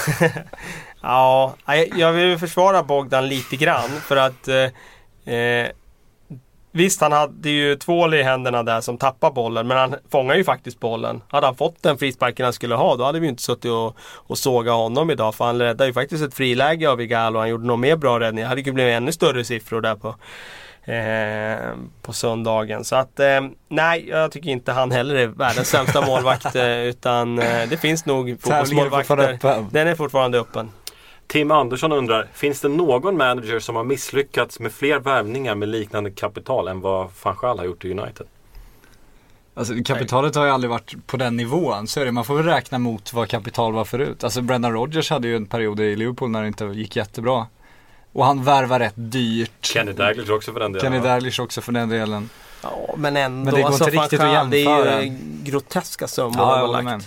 Ja, jag vill försvara Bogdan lite grann. För att visst, han hade ju tvål i händerna där som tappar bollen. Men han fångar ju faktiskt bollen. Hade han fått den frisparken han skulle ha, då hade vi inte suttit och såga honom idag. För han räddade ju faktiskt ett friläge av Igalo. Han gjorde nog mer bra räddning. Det hade ju blivit ännu större siffror där på söndagen. Så att nej, jag tycker inte han heller är världens sämsta målvakt. Utan det finns nog fotbollsmålvakter. Den är fortfarande öppen. Tim Andersson undrar, finns det någon manager som har misslyckats med fler värvningar med liknande kapital än vad van Gaal har gjort i United? Alltså kapitalet har ju aldrig varit på den nivån, så är det. Man får väl räkna mot vad kapital var förut. Alltså Brendan Rodgers hade ju en period i Liverpool när det inte gick jättebra. Och han värvar rätt dyrt. Kenny Dalglish också för den delen. Kenny Dalglish också för den delen. Ja, men ändå. Men det går inte riktigt att jämföra. Det är ju groteska summor han har lagt.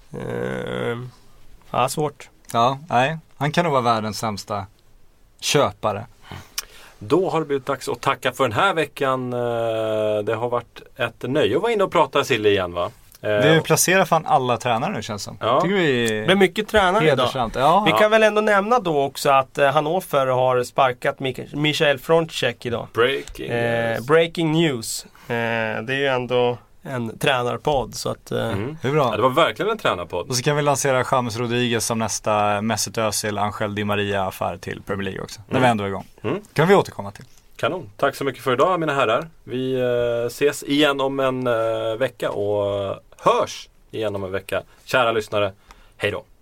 Ja, svårt. Ja, nej. Han kan nog vara världens sämsta köpare. Då har det blivit dags att tacka för den här veckan. Det har varit ett nöje att vara inne och prata Silly igen, va? Vi placerar fan alla tränare nu, känns som. Ja. Det blir mycket tränare idag. Ja. Vi kan väl ändå nämna då också att Hannover har sparkat Michael Frontcheck idag. Breaking news. Det är ju ändå en tränarpodd, så att det är bra. Ja, det var verkligen en tränarpodd. Och så kan vi lansera James Rodriguez som nästa Mesut Özil, Angel Di Maria-affär till Premier League också. När vi ändå är igång. Kan vi återkomma till. Kanon. Tack så mycket för idag, mina herrar. Vi ses igen om en vecka och hörs igen om en vecka. Kära lyssnare, hej då.